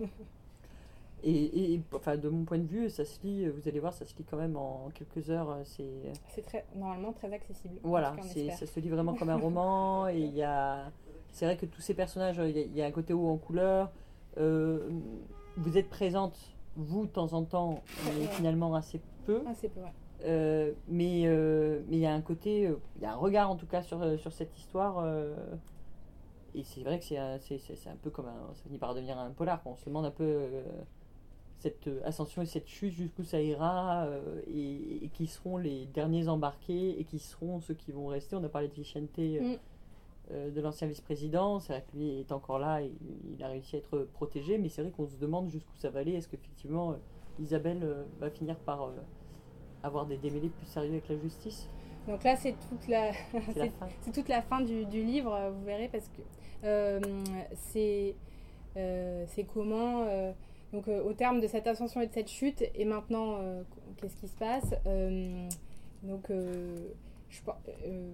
S1: Et, et enfin, de mon point de vue, ça se lit, vous allez voir, ça se lit quand même en quelques heures. C'est,
S2: c'est très, normalement très accessible.
S1: Voilà, c'est, ça se lit vraiment comme un roman. Et il y a, c'est vrai que tous ces personnages, il y a, il y a un côté haut en couleur. Euh, vous êtes présente, vous, de temps en temps, mais
S2: ouais.
S1: finalement assez peu.
S2: Assez peu, ouais.
S1: Euh, mais euh, mais il y a un côté, euh, il y a un regard en tout cas sur, sur cette histoire. Euh, et c'est vrai que c'est un, c'est, c'est, c'est un peu comme un, ça finit par devenir un polar. Quoi. On se demande un peu. Euh, cette ascension et cette chute, jusqu'où ça ira, euh, et, et qui seront les derniers embarqués, et qui seront ceux qui vont rester. On a parlé de Vicente, euh, euh, de l'ancien vice-président. C'est vrai que lui est encore là, et il a réussi à être protégé, mais c'est vrai qu'on se demande jusqu'où ça va aller. Est-ce qu'effectivement euh, Isabelle euh, va finir par euh, avoir des démêlés plus sérieux avec la justice?
S2: Donc là, c'est toute la,
S1: c'est,
S2: c'est,
S1: la fin.
S2: c'est toute la fin du, du livre, vous verrez, parce que euh, c'est, euh, c'est comment... Euh, Donc euh, au terme de cette ascension et de cette chute, et maintenant, euh, qu'est-ce qui se passe? euh, Donc, euh, je euh...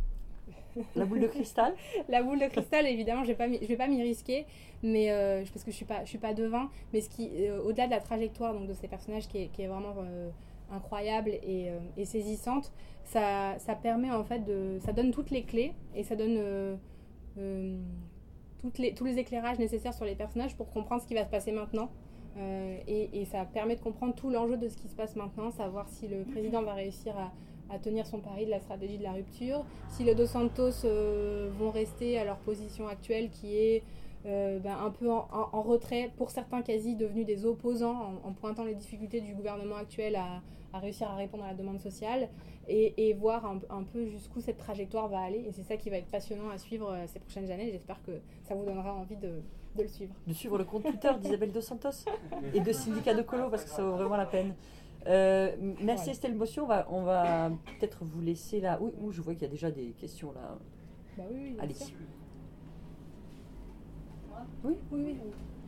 S1: La boule de cristal.
S2: La boule de cristal, évidemment, je ne vais pas m'y risquer, mais euh, parce que je suis pas, je suis pas devin. Mais ce qui, euh, au-delà de la trajectoire donc de ces personnages qui est, qui est vraiment euh, incroyable et, euh, et saisissante, ça, ça permet en fait de, ça donne toutes les clés et ça donne euh, euh, toutes les, tous les éclairages nécessaires sur les personnages pour comprendre ce qui va se passer maintenant. Euh, et, et ça permet de comprendre tout l'enjeu de ce qui se passe maintenant, savoir si le président va réussir à, à tenir son pari de la stratégie de la rupture, si les Dos Santos euh, vont rester à leur position actuelle qui est euh, ben, un peu en, en, en retrait, pour certains quasi devenus des opposants, en, en pointant les difficultés du gouvernement actuel à, à réussir à répondre à la demande sociale, et, et voir un, un peu jusqu'où cette trajectoire va aller. Et c'est ça qui va être passionnant à suivre euh, ces prochaines années. J'espère que ça vous donnera envie de, de le suivre.
S1: De suivre le compte Twitter d'Isabelle Dos Santos et de Syndicat de Colo, parce que ça vaut vraiment la peine. Euh, merci ouais. Estelle Motion, on va, on va peut-être vous laisser là. Oui, oui, je vois qu'il y a déjà des questions là.
S2: Bah oui, oui,
S1: allez.
S2: Sûr.
S1: Oui,
S2: oui, oui.